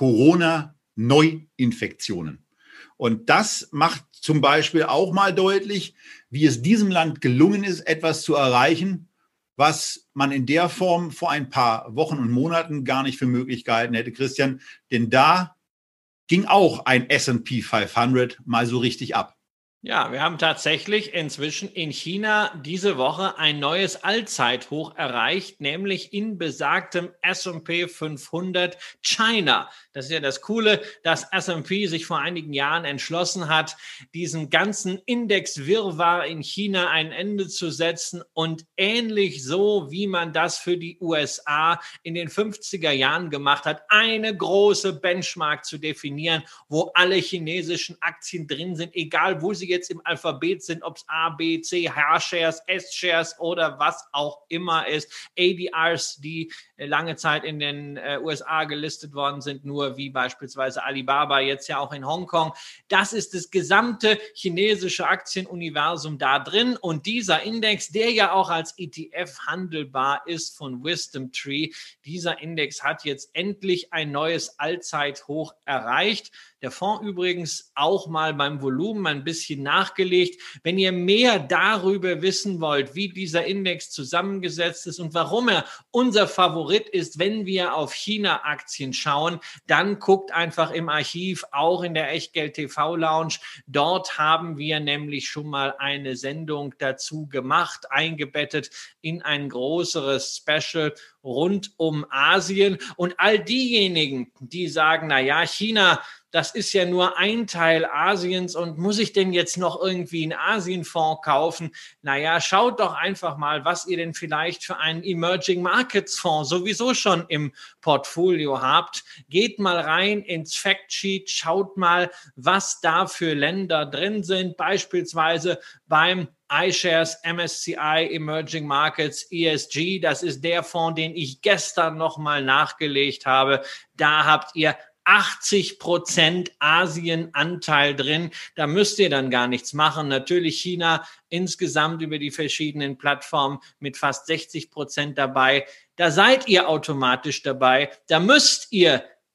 Corona-Neuinfektionen. Und das macht zum Beispiel auch mal deutlich, wie es diesem Land gelungen ist, etwas zu erreichen, was man in der Form vor ein paar Wochen und Monaten gar nicht für möglich gehalten hätte, Christian. Denn da ging auch ein S and P fünfhundert mal so richtig ab. Ja, wir haben tatsächlich inzwischen in China diese Woche ein neues Allzeithoch erreicht, nämlich in besagtem S and P fünfhundert China. Das ist ja das Coole, dass S and P sich vor einigen Jahren entschlossen hat, diesen ganzen Indexwirrwarr in China ein Ende zu setzen und ähnlich so, wie man das für die U S A in den fünfziger Jahren gemacht hat, eine große Benchmark zu definieren, wo alle chinesischen Aktien drin sind, egal wo sie jetzt im Alphabet sind, ob es A, B, C, H-Shares, S-Shares oder was auch immer ist. A D Rs, die lange Zeit in den äh, U S A gelistet worden sind, nur wie beispielsweise Alibaba, jetzt ja auch in Hongkong. Das ist das gesamte chinesische Aktienuniversum da drin. Und dieser Index, der ja auch als E T F handelbar ist von Wisdom Tree, dieser Index hat jetzt endlich ein neues Allzeithoch erreicht. Der Fonds übrigens auch mal beim Volumen ein bisschen nachgelegt. Wenn ihr mehr darüber wissen wollt, wie dieser Index zusammengesetzt ist und warum er unser Favorit ist, wenn wir auf China-Aktien schauen, dann guckt einfach im Archiv, auch in der Echtgeld-T V-Lounge. Dort haben wir nämlich schon mal eine Sendung dazu gemacht, eingebettet in ein größeres Special rund um Asien. Und all diejenigen, die sagen, na ja, China, das ist ja nur ein Teil Asiens und muss ich denn jetzt noch irgendwie einen Asienfonds kaufen? Naja, schaut doch einfach mal, was ihr denn vielleicht für einen Emerging Markets Fonds sowieso schon im Portfolio habt. Geht mal rein ins Factsheet, schaut mal, was da für Länder drin sind, beispielsweise beim iShares M S C I Emerging Markets E S G. Das ist der Fonds, den ich gestern nochmal nachgelegt habe. Da habt ihr achtzig Prozent Asienanteil drin. Da müsst ihr dann gar nichts machen. Natürlich China insgesamt über die verschiedenen Plattformen mit fast sechzig Prozent dabei. Da seid ihr automatisch dabei. Da müsst ihr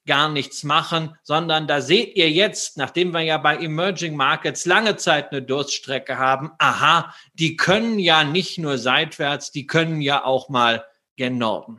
gar nichts machen, sondern da seht ihr jetzt, nachdem wir ja bei Emerging Markets lange Zeit eine Durststrecke haben, aha, die können ja nicht nur seitwärts, die können ja auch mal gen Norden.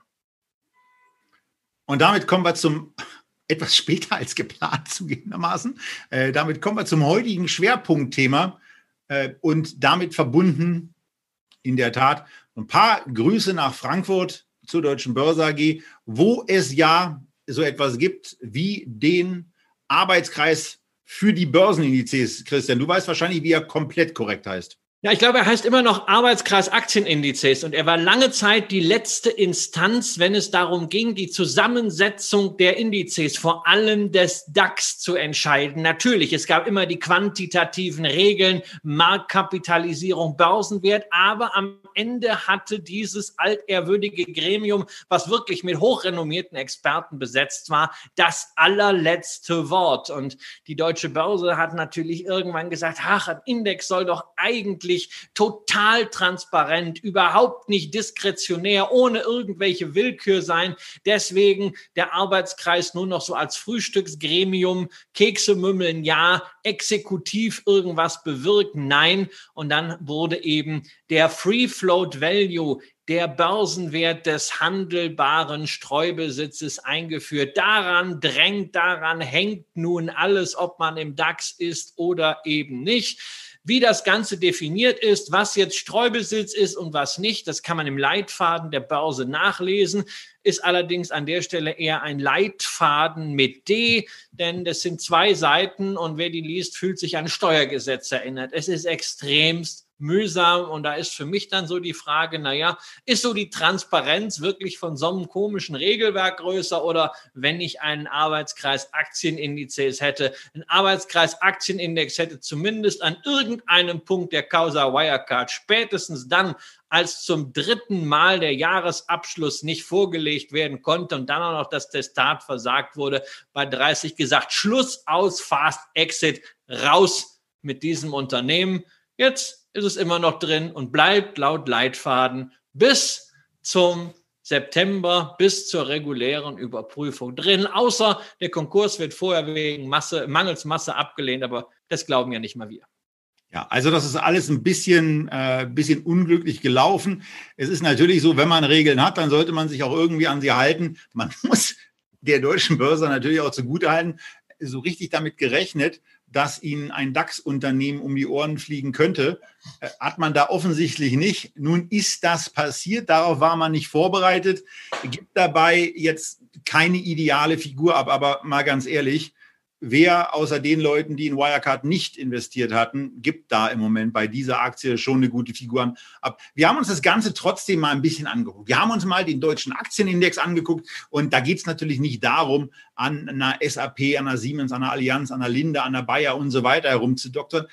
Und damit kommen wir zum, etwas später als geplant zugegebenermaßen, äh, damit kommen wir zum heutigen Schwerpunktthema äh, und damit verbunden in der Tat ein paar Grüße nach Frankfurt zur Deutschen Börse A G, wo es ja so etwas gibt wie den Arbeitskreis für die Börsenindizes. Christian, du weißt wahrscheinlich, wie er komplett korrekt heißt. Ja, ich glaube, er heißt immer noch Arbeitskreis Aktienindizes und er war lange Zeit die letzte Instanz, wenn es darum ging, die Zusammensetzung der Indizes, vor allem des DAX, zu entscheiden. Natürlich, es gab immer die quantitativen Regeln, Marktkapitalisierung, Börsenwert, aber am Ende hatte dieses altehrwürdige Gremium, was wirklich mit hochrenommierten Experten besetzt war, das allerletzte Wort. Und die Deutsche Börse hat natürlich irgendwann gesagt, ach, ein Index soll doch eigentlich total transparent, überhaupt nicht diskretionär, ohne irgendwelche Willkür sein. Deswegen der Arbeitskreis nur noch so als Frühstücksgremium, Kekse mümmeln, ja, exekutiv irgendwas bewirken, nein. Und dann wurde eben der Free Float Value, der Börsenwert des handelbaren Streubesitzes eingeführt. Daran drängt, daran hängt nun alles, ob man im DAX ist oder eben nicht. Wie das Ganze definiert ist, was jetzt Streubesitz ist und was nicht, das kann man im Leitfaden der Börse nachlesen, ist allerdings an der Stelle eher ein Leitfaden mit D, denn das sind zwei Seiten und wer die liest, fühlt sich an Steuergesetz erinnert. Es ist extremst mühsam und da ist für mich dann so die Frage, naja, ist so die Transparenz wirklich von so einem komischen Regelwerk größer oder wenn ich einen Arbeitskreis Aktienindizes hätte, ein Arbeitskreis Aktienindex hätte zumindest an irgendeinem Punkt der Causa Wirecard spätestens dann, als zum dritten Mal der Jahresabschluss nicht vorgelegt werden konnte und dann auch noch das Testat versagt wurde, bei dreißig gesagt, Schluss aus, Fast Exit, raus mit diesem Unternehmen. Jetzt ist es immer noch drin und bleibt laut Leitfaden bis zum September, bis zur regulären Überprüfung drin. Außer der Konkurs wird vorher wegen Masse, mangels Masse abgelehnt, aber das glauben ja nicht mal wir. Ja, also das ist alles ein bisschen, äh, bisschen unglücklich gelaufen. Es ist natürlich so, wenn man Regeln hat, dann sollte man sich auch irgendwie an sie halten. Man muss der Deutschen Börse natürlich auch zugutehalten, so richtig damit gerechnet, dass ihnen ein DAX-Unternehmen um die Ohren fliegen könnte, äh, hat man da offensichtlich nicht. Nun ist das passiert, darauf war man nicht vorbereitet, gibt dabei jetzt keine ideale Figur ab, aber mal ganz ehrlich, wer außer den Leuten, die in Wirecard nicht investiert hatten, gibt da im Moment bei dieser Aktie schon eine gute Figur ab. Wir haben uns das Ganze trotzdem mal ein bisschen angeguckt. Wir haben uns mal den deutschen Aktienindex angeguckt und da geht es natürlich nicht darum, an einer S A P, an einer Siemens, an einer Allianz, an einer Linde, an einer Bayer und so weiter herumzudoktern.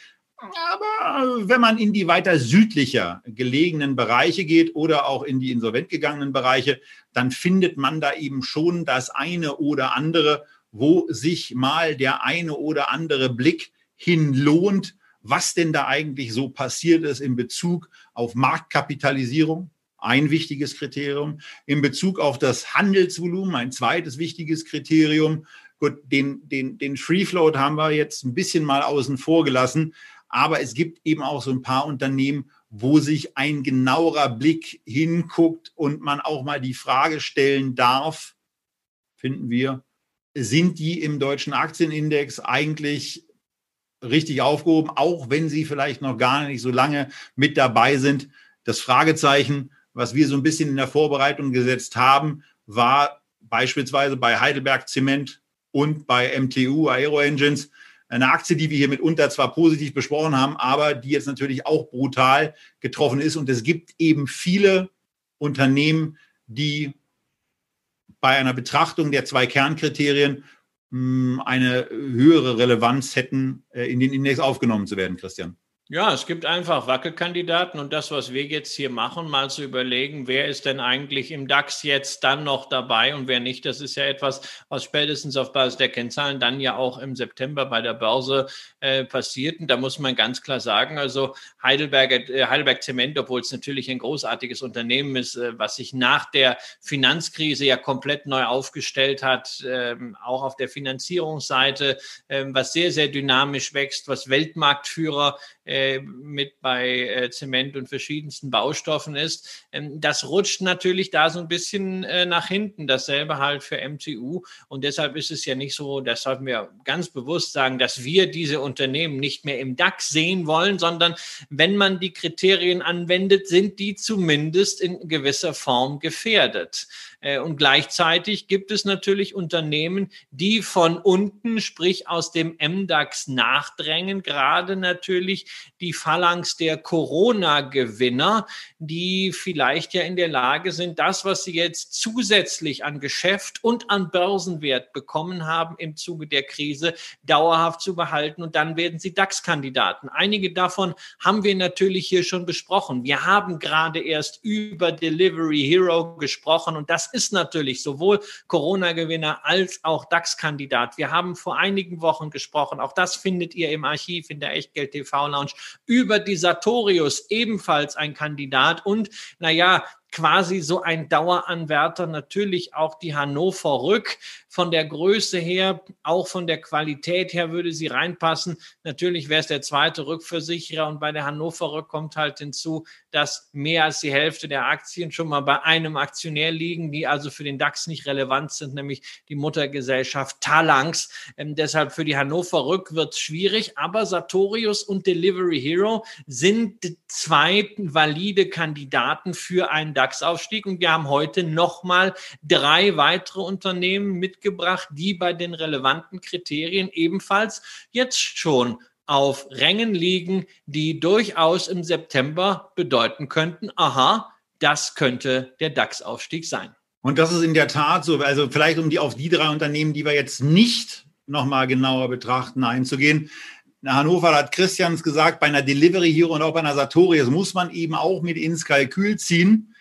Aber wenn man in die weiter südlicher gelegenen Bereiche geht oder auch in die insolvent gegangenen Bereiche, dann findet man da eben schon das eine oder andere, wo sich mal der eine oder andere Blick hin lohnt, was denn da eigentlich so passiert ist in Bezug auf Marktkapitalisierung, ein wichtiges Kriterium, in Bezug auf das Handelsvolumen, ein zweites wichtiges Kriterium. Gut, den, den, den Free Float haben wir jetzt ein bisschen mal außen vor gelassen, aber es gibt eben auch so ein paar Unternehmen, wo sich ein genauerer Blick hinguckt und man auch mal die Frage stellen darf, finden wir, sind die im deutschen Aktienindex eigentlich richtig aufgehoben, auch wenn sie vielleicht noch gar nicht so lange mit dabei sind. Das Fragezeichen, was wir so ein bisschen in der Vorbereitung gesetzt haben, war beispielsweise bei Heidelberg Zement und bei M T U, Aero Engines, eine Aktie, die wir hier mitunter zwar positiv besprochen haben, aber die jetzt natürlich auch brutal getroffen ist. Und es gibt eben viele Unternehmen, die bei einer Betrachtung der zwei Kernkriterien mh, eine höhere Relevanz hätten, äh, in den Index aufgenommen zu werden, Christian. Ja, es gibt einfach Wackelkandidaten und das, was wir jetzt hier machen, mal zu überlegen, wer ist denn eigentlich im DAX jetzt dann noch dabei und wer nicht, das ist ja etwas, was spätestens auf Basis der Kennzahlen dann ja auch im September bei der Börse äh, passiert. Und da muss man ganz klar sagen, also Heidelberg, äh, Heidelberg Zement, obwohl es natürlich ein großartiges Unternehmen ist, äh, was sich nach der Finanzkrise ja komplett neu aufgestellt hat, äh, auch auf der Finanzierungsseite, äh, was sehr, sehr dynamisch wächst, was Weltmarktführer mit bei äh, Zement und verschiedensten Baustoffen ist. Ähm, das rutscht natürlich da so ein bisschen äh, nach hinten. Dasselbe halt für M T U. Und deshalb ist es ja nicht so, das sollten wir ganz bewusst sagen, dass wir diese Unternehmen nicht mehr im DAX sehen wollen, sondern wenn man die Kriterien anwendet, sind die zumindest in gewisser Form gefährdet. Äh, und gleichzeitig gibt es natürlich Unternehmen, die von unten, sprich aus dem M DAX nachdrängen, gerade natürlich die Phalanx der Corona-Gewinner, die vielleicht ja in der Lage sind, das, was sie jetzt zusätzlich an Geschäft und an Börsenwert bekommen haben im Zuge der Krise, dauerhaft zu behalten. Und dann werden sie DAX-Kandidaten. Einige davon haben wir natürlich hier schon besprochen. Wir haben gerade erst über Delivery Hero gesprochen und das ist natürlich sowohl Corona-Gewinner als auch DAX-Kandidat. Wir haben vor einigen Wochen gesprochen, auch das findet ihr im Archiv in der Echtgeld-T V-Lounge, über die Sartorius, ebenfalls ein Kandidat und, naja, quasi so ein Daueranwärter, natürlich auch die Hannover Rück. Von der Größe her, auch von der Qualität her würde sie reinpassen. Natürlich wäre es der zweite Rückversicherer und bei der Hannover Rück kommt halt hinzu, dass mehr als die Hälfte der Aktien schon mal bei einem Aktionär liegen, die also für den DAX nicht relevant sind, nämlich die Muttergesellschaft Talanx. Ähm, deshalb für die Hannover Rück wird es schwierig, aber Sartorius und Delivery Hero sind zwei valide Kandidaten für einen DAX-Aufstieg und wir haben heute nochmal drei weitere Unternehmen mitgebracht, die bei den relevanten Kriterien ebenfalls jetzt schon auf Rängen liegen, die durchaus im September bedeuten könnten, aha, das könnte der DAX-Aufstieg sein. Und das ist in der Tat so, also vielleicht um die auf die drei Unternehmen, die wir jetzt nicht nochmal genauer betrachten, einzugehen. In Hannover hat Christians gesagt, bei einer Delivery Hero und auch bei einer Sartorius muss man eben auch mit ins Kalkül ziehen,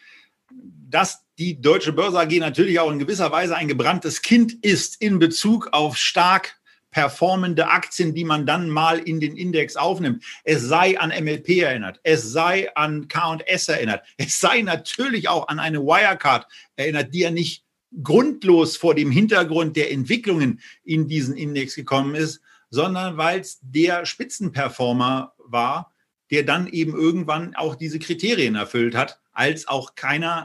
dass die Deutsche Börse A G natürlich auch in gewisser Weise ein gebranntes Kind ist in Bezug auf stark performende Aktien, die man dann mal in den Index aufnimmt. Es sei an M L P erinnert, es sei an K und S erinnert, es sei natürlich auch an eine Wirecard erinnert, die ja nicht grundlos vor dem Hintergrund der Entwicklungen in diesen Index gekommen ist, sondern weil es der Spitzenperformer war, der dann eben irgendwann auch diese Kriterien erfüllt hat, als auch keiner,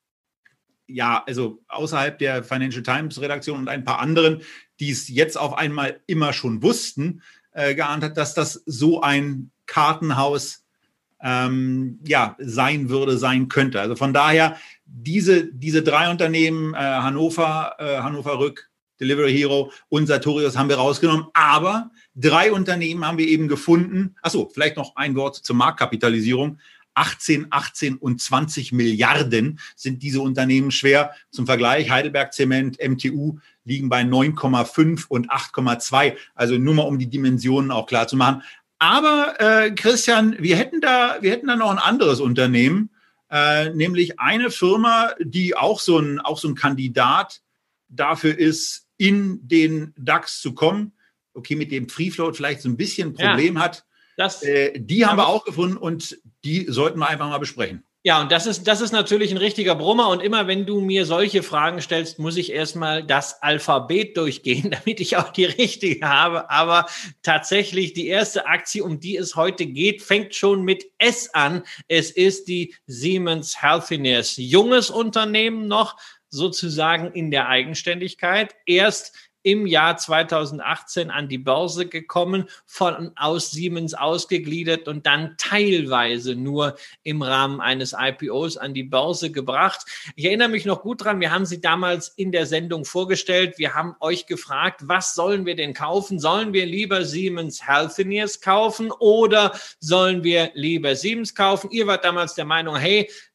ja, also außerhalb der Financial Times Redaktion und ein paar anderen, die es jetzt auf einmal immer schon wussten, äh, geahnt hat, dass das so ein Kartenhaus ähm, ja, sein würde, sein könnte. Also von daher, diese, diese drei Unternehmen, äh, Hannover, äh, Hannover Rück, Delivery Hero und Sartorius haben wir rausgenommen. Aber drei Unternehmen haben wir eben gefunden. Achso, vielleicht noch ein Wort zur Marktkapitalisierung. achtzehn, achtzehn und zwanzig Milliarden sind diese Unternehmen schwer. Zum Vergleich, Heidelberg Zement, M T U liegen bei neun Komma fünf und acht Komma zwei. Also nur mal, um die Dimensionen auch klar zu machen. Aber äh, Christian, wir hätten da, wir hätten da noch ein anderes Unternehmen, äh, nämlich eine Firma, die auch so ein, auch so ein Kandidat dafür ist, in den DAX zu kommen. Okay, mit dem Free Float vielleicht so ein bisschen ein Problem ja, hat. Das, äh, die haben wir auch gefunden und die sollten wir einfach mal besprechen. Ja, und das ist, das ist natürlich ein richtiger Brummer. Und immer wenn du mir solche Fragen stellst, muss ich erstmal das Alphabet durchgehen, damit ich auch die richtige habe. Aber tatsächlich die erste Aktie, um die es heute geht, fängt schon mit S an. Es ist die Siemens Healthineers. Junges Unternehmen noch, sozusagen in der Eigenständigkeit. Erst im Jahr zweitausendachtzehn an die Börse gekommen, von aus Siemens ausgegliedert und dann teilweise nur im Rahmen eines I P Os an die Börse gebracht. Ich erinnere mich noch gut dran, wir haben sie damals in der Sendung vorgestellt. Wir haben euch gefragt, was sollen wir denn kaufen? Sollen wir lieber Siemens Healthineers kaufen oder sollen wir lieber Siemens kaufen? Ihr wart damals der Meinung, hey,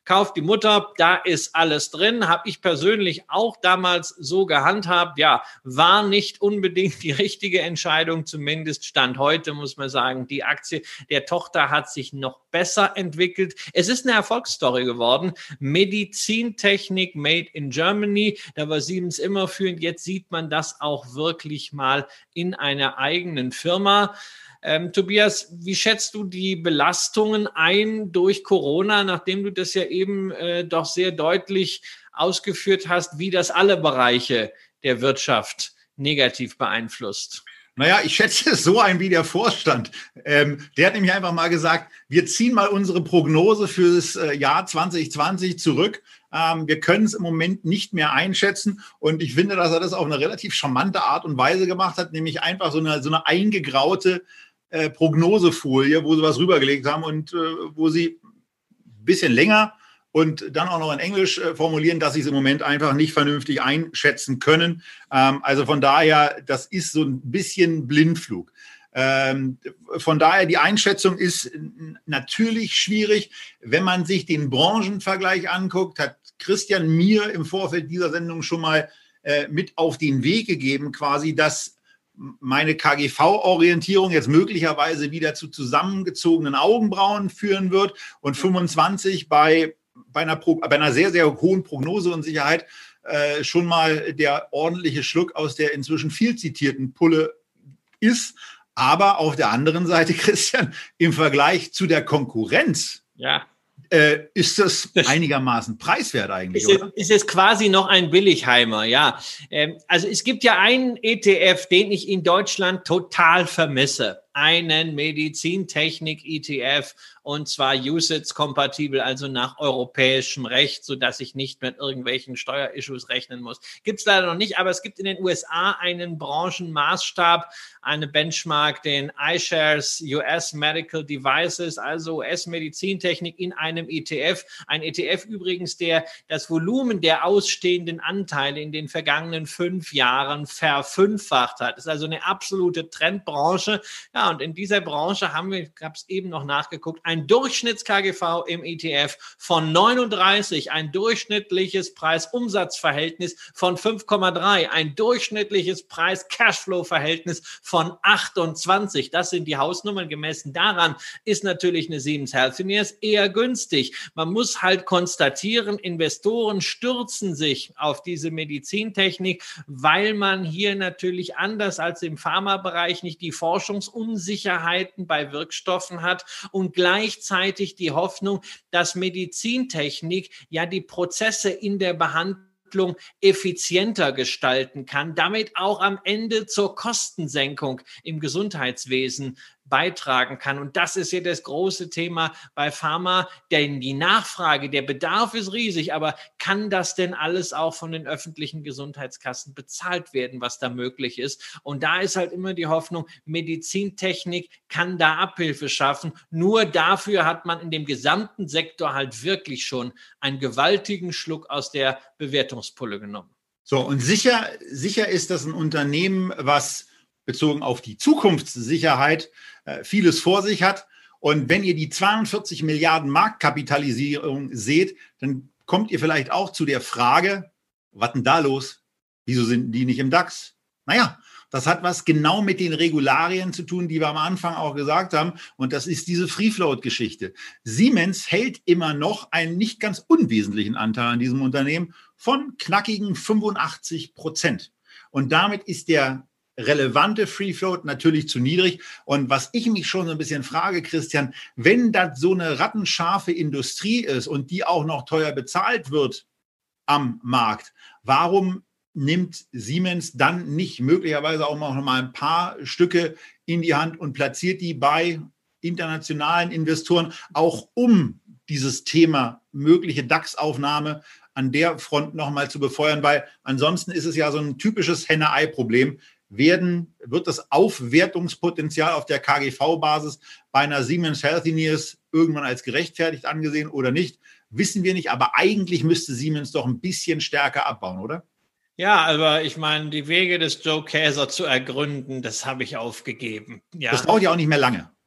kauft die Mutter, da ist alles drin. Habe ich persönlich auch damals so gehandhabt. Ja, war nicht unbedingt die richtige Entscheidung, zumindest Stand heute, muss man sagen. Die Aktie der Tochter hat sich noch besser entwickelt. Es ist eine Erfolgsstory geworden. Medizintechnik made in Germany. Da war Siemens immer führend. Jetzt sieht man das auch wirklich mal in einer eigenen Firma. Ähm, Tobias, wie schätzt du die Belastungen ein durch Corona, nachdem du das ja eben äh, doch sehr deutlich ausgeführt hast, wie das alle Bereiche der Wirtschaft negativ beeinflusst? Naja, ich schätze es so ein wie der Vorstand. Ähm, der hat nämlich einfach mal gesagt, wir ziehen mal unsere Prognose für das äh, Jahr zwanzig zwanzig zurück. Ähm, wir können es im Moment nicht mehr einschätzen. Und ich finde, dass er das auf eine relativ charmante Art und Weise gemacht hat, nämlich einfach so eine, so eine eingegraute äh, Prognosefolie, wo sie was rübergelegt haben und äh, wo sie ein bisschen länger und dann auch noch in Englisch äh, formulieren, dass sie es im Moment einfach nicht vernünftig einschätzen können. Ähm, also von daher, das ist so ein bisschen Blindflug. Ähm, von daher, die Einschätzung ist natürlich schwierig. Wenn man sich den Branchenvergleich anguckt, hat Christian mir im Vorfeld dieser Sendung schon mal äh, mit auf den Weg gegeben, quasi, dass meine K G V-Orientierung jetzt möglicherweise wieder zu zusammengezogenen Augenbrauen führen wird und fünfundzwanzig bei Bei einer, bei einer sehr, sehr hohen Prognoseunsicherheit äh, schon mal der ordentliche Schluck aus der inzwischen viel zitierten Pulle ist. Aber auf der anderen Seite, Christian, im Vergleich zu der Konkurrenz ja. äh, ist das, das einigermaßen preiswert eigentlich, ist oder? Es, ist es quasi noch ein Billigheimer, ja. Ähm, also es gibt ja einen E T F, den ich in Deutschland total vermisse. Einen Medizintechnik-E T F, und zwar U C I T S-kompatibel, also nach europäischem Recht, sodass ich nicht mit irgendwelchen Steuerissues rechnen muss. Gibt es leider noch nicht, aber es gibt in den U S A einen Branchenmaßstab, eine Benchmark, den iShares U S Medical Devices, also U S-Medizintechnik in einem E T F. Ein E T F übrigens, der das Volumen der ausstehenden Anteile in den vergangenen fünf Jahren verfünffacht hat. Das ist also eine absolute Trendbranche. Ja, und in dieser Branche haben wir, ich habe es eben noch nachgeguckt, ein Durchschnitts-K G V im E T F von neununddreißig, ein durchschnittliches Preis-Umsatz-Verhältnis von fünf Komma drei, ein durchschnittliches Preis-Cashflow-Verhältnis von achtundzwanzig. Das sind die Hausnummern. Gemessen daran ist natürlich eine Siemens Healthineers eher günstig. Man muss halt konstatieren, Investoren stürzen sich auf diese Medizintechnik, weil man hier natürlich anders als im Pharmabereich nicht die Forschungsunsicherheiten bei Wirkstoffen hat und gleichzeitig die Hoffnung, dass Medizintechnik ja die Prozesse in der Behandlung effizienter gestalten kann, damit auch am Ende zur Kostensenkung im Gesundheitswesen beitragen kann. Und das ist ja das große Thema bei Pharma, denn die Nachfrage, der Bedarf ist riesig, aber kann das denn alles auch von den öffentlichen Gesundheitskassen bezahlt werden, was da möglich ist? Und da ist halt immer die Hoffnung, Medizintechnik kann da Abhilfe schaffen. Nur dafür hat man in dem gesamten Sektor halt wirklich schon einen gewaltigen Schluck aus der Bewertungspulle genommen. So, und sicher, sicher ist das ein Unternehmen, was bezogen auf die Zukunftssicherheit äh, vieles vor sich hat. Und wenn ihr die zweiundvierzig Milliarden Marktkapitalisierung seht, dann kommt ihr vielleicht auch zu der Frage, was denn da los? Wieso sind die nicht im DAX? Naja, das hat was genau mit den Regularien zu tun, die wir am Anfang auch gesagt haben. Und das ist diese Free-Float-Geschichte. Siemens hält immer noch einen nicht ganz unwesentlichen Anteil an diesem Unternehmen von knackigen fünfundachtzig Prozent. Und damit ist der relevante Free Float natürlich zu niedrig. Und was ich mich schon so ein bisschen frage, Christian, wenn das so eine rattenscharfe Industrie ist und die auch noch teuer bezahlt wird am Markt, warum nimmt Siemens dann nicht möglicherweise auch noch mal ein paar Stücke in die Hand und platziert die bei internationalen Investoren, auch um dieses Thema mögliche DAX-Aufnahme an der Front nochmal zu befeuern, weil ansonsten ist es ja so ein typisches Henne-Ei-Problem. Werden, wird das Aufwertungspotenzial auf der K G V-Basis bei einer Siemens Healthineers irgendwann als gerechtfertigt angesehen oder nicht, wissen wir nicht. Aber eigentlich müsste Siemens doch ein bisschen stärker abbauen, oder? Ja, aber ich meine, die Wege des Joe Käser zu ergründen, das habe ich aufgegeben. Ja. Das dauert ja auch nicht mehr lange.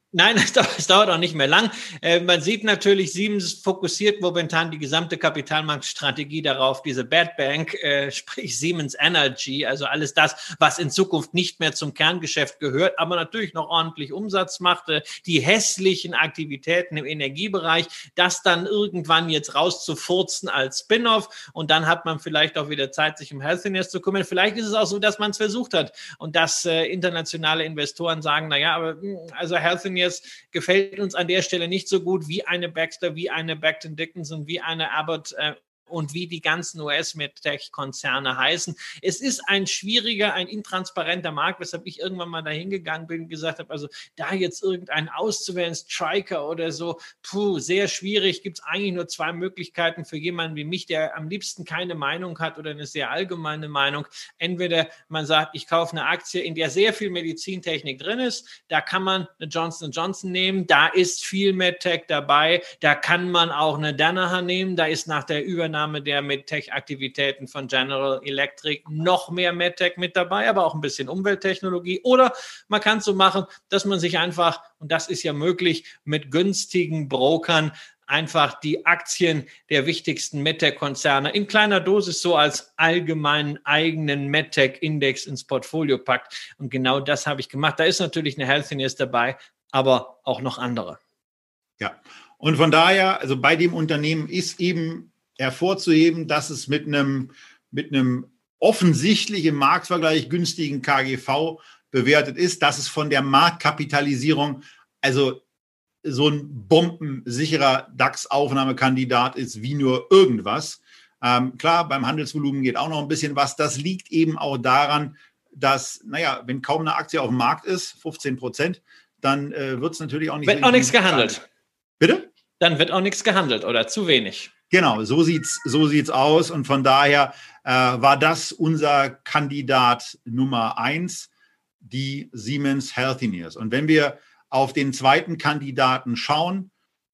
Nein, es dauert auch nicht mehr lang. Äh, man sieht natürlich, Siemens fokussiert momentan die gesamte Kapitalmarktstrategie darauf, diese Bad Bank, äh, sprich Siemens Energy, also alles das, was in Zukunft nicht mehr zum Kerngeschäft gehört, aber natürlich noch ordentlich Umsatz macht, äh, die hässlichen Aktivitäten im Energiebereich, das dann irgendwann jetzt rauszufurzen als Spin-off und dann hat man vielleicht auch wieder Zeit, sich um Healthineers zu kümmern. Vielleicht ist es auch so, dass man es versucht hat und dass äh, internationale Investoren sagen, naja, aber also Healthineers gefällt uns an der Stelle nicht so gut wie eine Baxter, wie eine Becton Dickinson, wie eine Abbott äh, und wie die ganzen U S-Medtech-Konzerne heißen. Es ist ein schwieriger, ein intransparenter Markt, weshalb ich irgendwann mal dahin gegangen bin und gesagt habe, also da jetzt irgendeinen auszuwählen, Stryker oder so, puh, sehr schwierig. Gibt es eigentlich nur zwei Möglichkeiten für jemanden wie mich, der am liebsten keine Meinung hat oder eine sehr allgemeine Meinung. Entweder man sagt, ich kaufe eine Aktie, in der sehr viel Medizintechnik drin ist, da kann man eine Johnson und Johnson nehmen, da ist viel MedTech dabei, da kann man auch eine Danaher nehmen, da ist nach der Übernahme der MedTech-Aktivitäten von General Electric noch mehr MedTech mit dabei, aber auch ein bisschen Umwelttechnologie. Oder man kann es so machen, dass man sich einfach, und das ist ja möglich, mit günstigen Brokern einfach die Aktien der wichtigsten MedTech-Konzerne in kleiner Dosis so als allgemeinen eigenen MedTech-Index ins Portfolio packt. Und genau das habe ich gemacht. Da ist natürlich eine Healthineers dabei, aber auch noch andere. Ja, und von daher, also bei dem Unternehmen ist eben hervorzuheben, dass es mit einem, mit einem offensichtlich im Marktvergleich günstigen K G V bewertet ist, dass es von der Marktkapitalisierung also so ein bombensicherer DAX-Aufnahmekandidat ist wie nur irgendwas. Ähm, klar, beim Handelsvolumen geht auch noch ein bisschen was. Das liegt eben auch daran, dass, naja, wenn kaum eine Aktie auf dem Markt ist, fünfzehn Prozent, dann äh, wird es natürlich auch nicht... Wird auch nichts gehandelt. Bitte? Dann wird auch nichts gehandelt oder zu wenig. Genau, so sieht's, so sieht's aus. Und von daher äh, war das unser Kandidat Nummer eins, die Siemens Healthineers. Und wenn wir auf den zweiten Kandidaten schauen,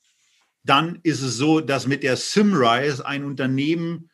dann ist es so, dass mit der Symrise ein Unternehmen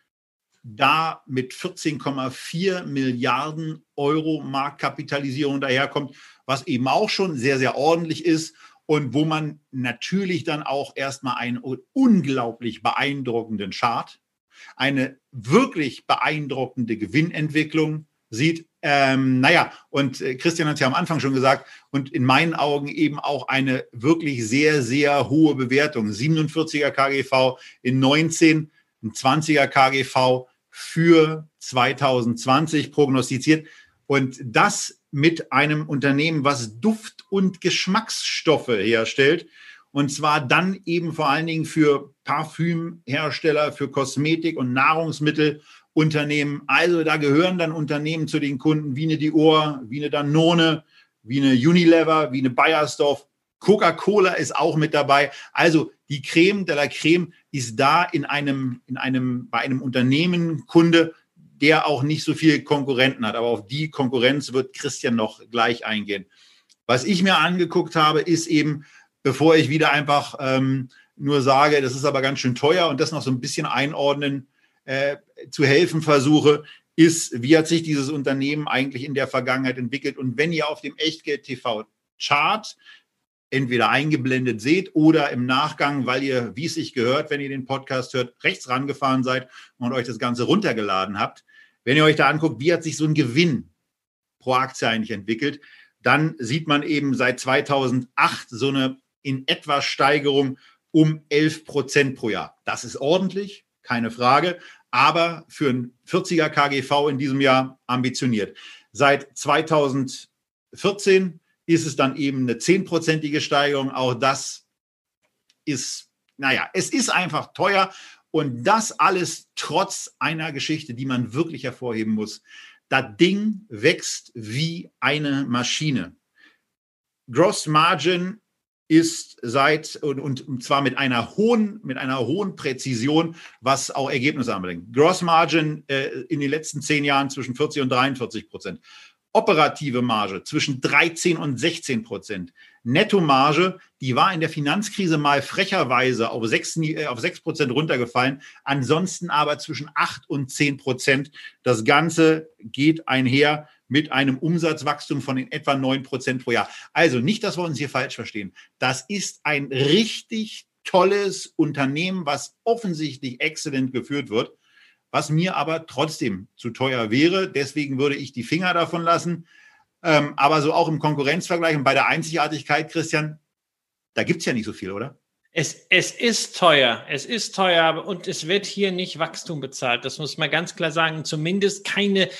da mit vierzehn Komma vier Milliarden Euro Marktkapitalisierung daherkommt, was eben auch schon sehr, sehr ordentlich ist. Und wo man natürlich dann auch erstmal einen unglaublich beeindruckenden Chart, eine wirklich beeindruckende Gewinnentwicklung sieht. Ähm, naja, und Christian hat es ja am Anfang schon gesagt, und in meinen Augen eben auch eine wirklich sehr, sehr hohe Bewertung. siebenundvierziger K G V in neunzehn, ein zwanziger K G V für zweitausendzwanzig prognostiziert. Und das mit einem Unternehmen, was Duft- und Geschmacksstoffe herstellt. Und zwar dann eben vor allen Dingen für Parfümhersteller, für Kosmetik- und Nahrungsmittelunternehmen. Also da gehören dann Unternehmen zu den Kunden wie eine Dior, wie eine Danone, wie eine Unilever, wie eine Beiersdorf. Coca-Cola ist auch mit dabei. Also die Creme de la Creme ist da in einem, in einem, bei einem Unternehmen Kunde, der auch nicht so viel Konkurrenten hat. Aber auf die Konkurrenz wird Christian noch gleich eingehen. Was ich mir angeguckt habe, ist eben, bevor ich wieder einfach ähm, nur sage, das ist aber ganz schön teuer und das noch so ein bisschen einordnen, äh, zu helfen versuche, ist, wie hat sich dieses Unternehmen eigentlich in der Vergangenheit entwickelt? Und wenn ihr auf dem Echtgeld-T V-Chart entweder eingeblendet seht oder im Nachgang, weil ihr, wie es sich gehört, wenn ihr den Podcast hört, rechts rangefahren seid und euch das Ganze runtergeladen habt, wenn ihr euch da anguckt, wie hat sich so ein Gewinn pro Aktie eigentlich entwickelt, dann sieht man eben seit zweitausendacht so eine in etwa Steigerung um elf Prozent pro Jahr. Das ist ordentlich, keine Frage, aber für ein vierziger K G V in diesem Jahr ambitioniert. Seit zweitausendvierzehn ist es dann eben eine zehnprozentige Steigerung. Auch das ist, naja, es ist einfach teuer. Und das alles trotz einer Geschichte, die man wirklich hervorheben muss. Das Ding wächst wie eine Maschine. Gross Margin ist seit, und, und zwar mit einer hohen, mit einer hohen Präzision, was auch Ergebnisse anbelangt. Gross Margin äh, in den letzten zehn Jahren zwischen vierzig und dreiundvierzig Prozent. Operative Marge zwischen dreizehn und sechzehn Prozent. Nettomarge, die war in der Finanzkrise mal frecherweise auf sechs, auf sechs Prozent runtergefallen, ansonsten aber zwischen acht und zehn Prozent. Das Ganze geht einher mit einem Umsatzwachstum von in etwa neun Prozent pro Jahr. Also nicht, dass wir uns hier falsch verstehen. Das ist ein richtig tolles Unternehmen, was offensichtlich exzellent geführt wird, was mir aber trotzdem zu teuer wäre. Deswegen würde ich die Finger davon lassen. Ähm, aber so auch im Konkurrenzvergleich und bei der Einzigartigkeit, Christian, da gibt es ja nicht so viel, oder? Es, es ist teuer, es ist teuer und es wird hier nicht Wachstum bezahlt. Das muss man ganz klar sagen. Zumindest keine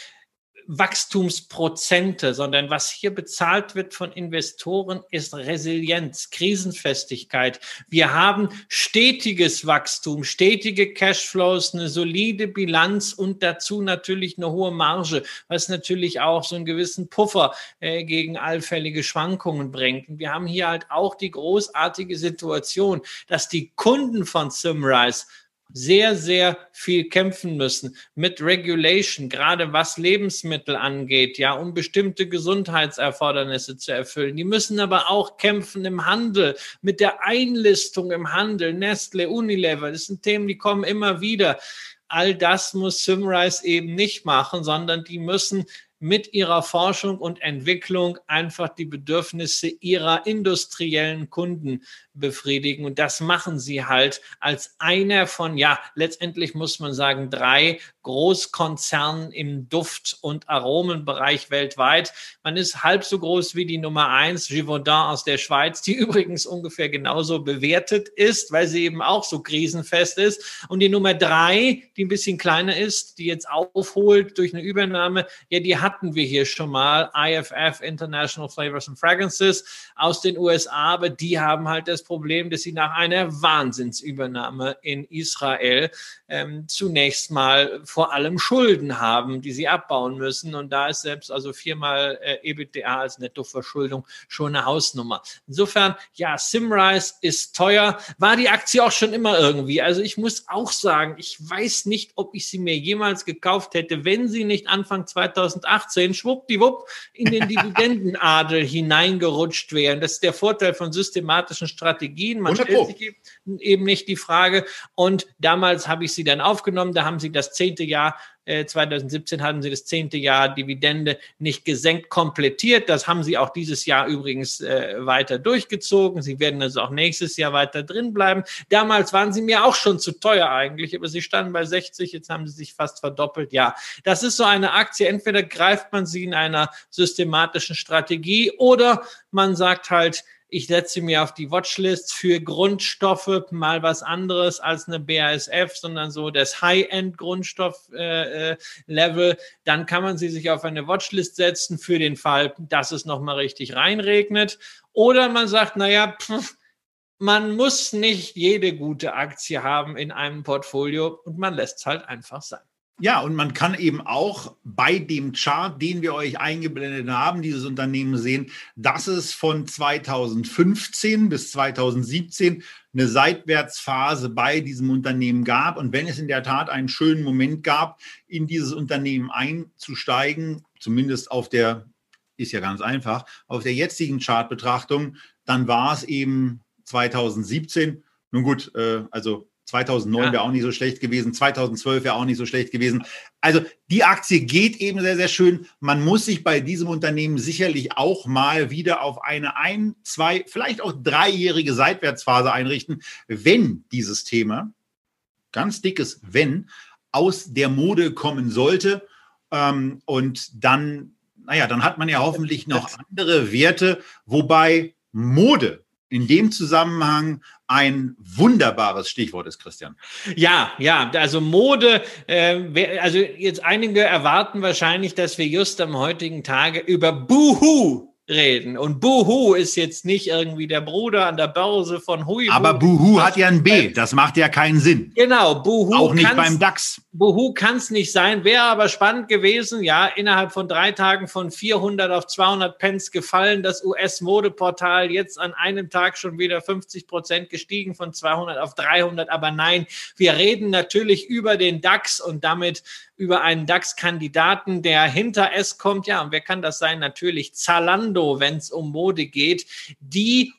Wachstumsprozente, sondern was hier bezahlt wird von Investoren ist Resilienz, Krisenfestigkeit. Wir haben stetiges Wachstum, stetige Cashflows, eine solide Bilanz und dazu natürlich eine hohe Marge, was natürlich auch so einen gewissen Puffer äh, gegen allfällige Schwankungen bringt. Und wir haben hier halt auch die großartige Situation, dass die Kunden von Symrise sehr, sehr viel kämpfen müssen mit Regulation, gerade was Lebensmittel angeht, ja, um bestimmte Gesundheitserfordernisse zu erfüllen. Die müssen aber auch kämpfen im Handel, mit der Einlistung im Handel, Nestle, Unilever, das sind Themen, die kommen immer wieder. All das muss Symrise eben nicht machen, sondern die müssen mit ihrer Forschung und Entwicklung einfach die Bedürfnisse ihrer industriellen Kunden befriedigen. Und das machen sie halt als einer von, ja, letztendlich muss man sagen, drei Großkonzernen im Duft- und Aromenbereich weltweit. Man ist halb so groß wie die Nummer eins, Givaudan aus der Schweiz, die übrigens ungefähr genauso bewertet ist, weil sie eben auch so krisenfest ist. Und die Nummer drei, die ein bisschen kleiner ist, die jetzt aufholt durch eine Übernahme, ja, die hatten wir hier schon mal, I F F, International Flavors and Fragrances aus den U S A, aber die haben halt das Problem, dass sie nach einer Wahnsinnsübernahme in Israel ähm, zunächst mal vor allem Schulden haben, die sie abbauen müssen. Und da ist selbst also viermal äh, EBITDA als Nettoverschuldung schon eine Hausnummer. Insofern, ja, Symrise ist teuer. War die Aktie auch schon immer irgendwie. Also ich muss auch sagen, ich weiß nicht, ob ich sie mir jemals gekauft hätte, wenn sie nicht Anfang zweitausendachtzehn schwuppdiwupp in den Dividendenadel hineingerutscht wären. Das ist der Vorteil von systematischen Strategien. Man stellt sich eben nicht die Frage. Und damals habe ich sie dann aufgenommen. Da haben sie das zehnte Jahr, äh, zweitausendsiebzehn hatten sie das zehnte Jahr Dividende nicht gesenkt, komplettiert. Das haben sie auch dieses Jahr übrigens äh, weiter durchgezogen. Sie werden also auch nächstes Jahr weiter drin bleiben. Damals waren sie mir auch schon zu teuer eigentlich, aber sie standen bei sechzig. Jetzt haben sie sich fast verdoppelt. Ja, das ist so eine Aktie. Entweder greift man sie in einer systematischen Strategie oder man sagt halt, ich setze mir auf die Watchlist für Grundstoffe, mal was anderes als eine B A S F, sondern so das High-End-Grundstoff-Level. Äh, Dann kann man sie sich auf eine Watchlist setzen für den Fall, dass es nochmal richtig reinregnet. Oder man sagt, naja, pff, man muss nicht jede gute Aktie haben in einem Portfolio und man lässt es halt einfach sein. Ja, und man kann eben auch bei dem Chart, den wir euch eingeblendet haben, dieses Unternehmen sehen, dass es von zweitausendfünfzehn bis zweitausendsiebzehn eine Seitwärtsphase bei diesem Unternehmen gab. Und wenn es in der Tat einen schönen Moment gab, in dieses Unternehmen einzusteigen, zumindest auf der, ist ja ganz einfach, auf der jetzigen Chartbetrachtung, dann war es eben zweitausendsiebzehn. Nun gut, äh, also zweitausendneun ja. wäre auch nicht so schlecht gewesen, zweitausendzwölf wäre auch nicht so schlecht gewesen. Also die Aktie geht eben sehr, sehr schön. Man muss sich bei diesem Unternehmen sicherlich auch mal wieder auf eine ein, zwei, vielleicht auch dreijährige Seitwärtsphase einrichten, wenn dieses Thema, ganz dickes Wenn, aus der Mode kommen sollte. Ähm, und dann, naja, dann hat man ja hoffentlich noch andere Werte, wobei Mode in dem Zusammenhang ein wunderbares Stichwort ist, Christian. Ja, ja, also Mode, äh, also jetzt einige erwarten wahrscheinlich, dass wir just am heutigen Tage über Boohoo reden. Und Boohoo ist jetzt nicht irgendwie der Bruder an der Börse von Huibu. Aber Boohoo hat ja ein B, das macht ja keinen Sinn. Genau, Boohoo. Auch nicht beim DAX. Boohoo kann es nicht sein, wäre aber spannend gewesen. Ja, innerhalb von drei Tagen von vierhundert auf zweihundert Pence gefallen. Das U S-Modeportal jetzt an einem Tag schon wieder fünfzig Prozent gestiegen von zweihundert auf dreihundert. Aber nein, wir reden natürlich über den DAX und damit über einen DAX-Kandidaten, der hinter S kommt. Ja, und wer kann das sein? Natürlich Zalando, wenn es um Mode geht. Die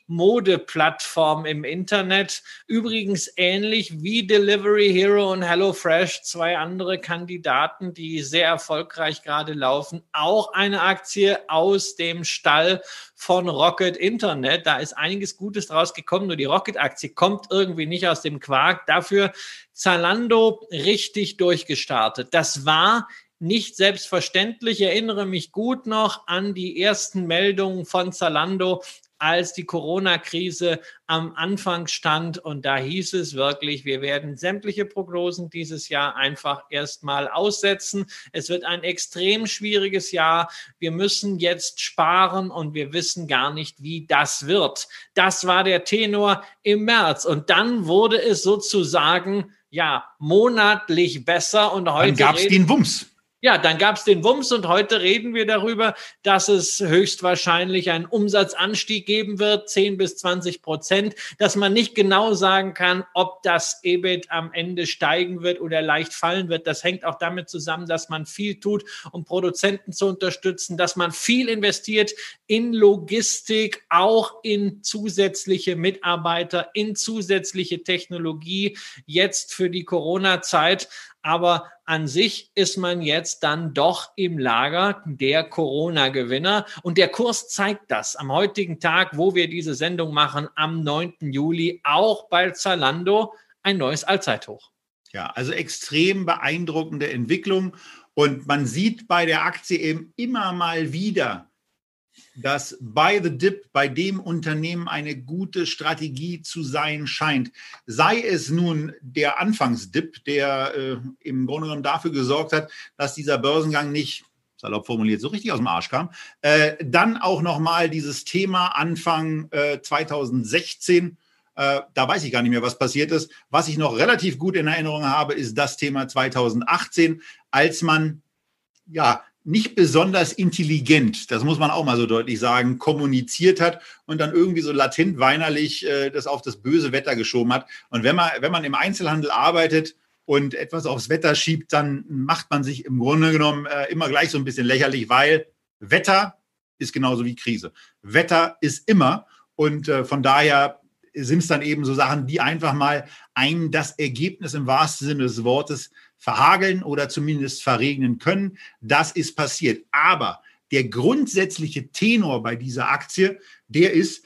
Modeplattform im Internet. Übrigens ähnlich wie Delivery Hero und HelloFresh, zwei zwei andere Kandidaten, die sehr erfolgreich gerade laufen. Auch eine Aktie aus dem Stall von Rocket Internet. Da ist einiges Gutes draus gekommen, nur die Rocket-Aktie kommt irgendwie nicht aus dem Quark. Dafür Zalando richtig durchgestartet. Das war nicht selbstverständlich. Ich erinnere mich gut noch an die ersten Meldungen von Zalando, als die Corona-Krise am Anfang stand. Und da hieß es wirklich, wir werden sämtliche Prognosen dieses Jahr einfach erstmal aussetzen. Es wird ein extrem schwieriges Jahr. Wir müssen jetzt sparen und wir wissen gar nicht, wie das wird. Das war der Tenor im März. Und dann wurde es sozusagen, ja, monatlich besser. Und heute dann gab es den Wumms. Ja, dann gab es den Wumms und heute reden wir darüber, dass es höchstwahrscheinlich einen Umsatzanstieg geben wird, zehn bis zwanzig Prozent, dass man nicht genau sagen kann, ob das E B I T am Ende steigen wird oder leicht fallen wird. Das hängt auch damit zusammen, dass man viel tut, um Produzenten zu unterstützen, dass man viel investiert in Logistik, auch in zusätzliche Mitarbeiter, in zusätzliche Technologie, jetzt für die Corona-Zeit. Aber an sich ist man jetzt dann doch im Lager der Corona-Gewinner. Und der Kurs zeigt das am heutigen Tag, wo wir diese Sendung machen, am neunten Juli, auch bei Zalando ein neues Allzeithoch. Ja, also extrem beeindruckende Entwicklung. Und man sieht bei der Aktie eben immer mal wieder, dass Buy the Dip bei dem Unternehmen eine gute Strategie zu sein scheint. Sei es nun der Anfangsdip, der äh, im Grunde genommen dafür gesorgt hat, dass dieser Börsengang nicht, salopp formuliert, so richtig aus dem Arsch kam. Äh, dann auch nochmal dieses Thema Anfang äh, zweitausendsechzehn. Äh, da weiß ich gar nicht mehr, was passiert ist. Was ich noch relativ gut in Erinnerung habe, ist das Thema zweitausendachtzehn, als man, ja, nicht besonders intelligent, das muss man auch mal so deutlich sagen, kommuniziert hat und dann irgendwie so latent weinerlich äh, das auf das böse Wetter geschoben hat. Und wenn man, wenn man im Einzelhandel arbeitet und etwas aufs Wetter schiebt, dann macht man sich im Grunde genommen äh, immer gleich so ein bisschen lächerlich, weil Wetter ist genauso wie Krise. Wetter ist immer und äh, von daher sind es dann eben so Sachen, die einfach mal einem das Ergebnis im wahrsten Sinne des Wortes verhageln oder zumindest verregnen können. Das ist passiert. Aber der grundsätzliche Tenor bei dieser Aktie, der ist,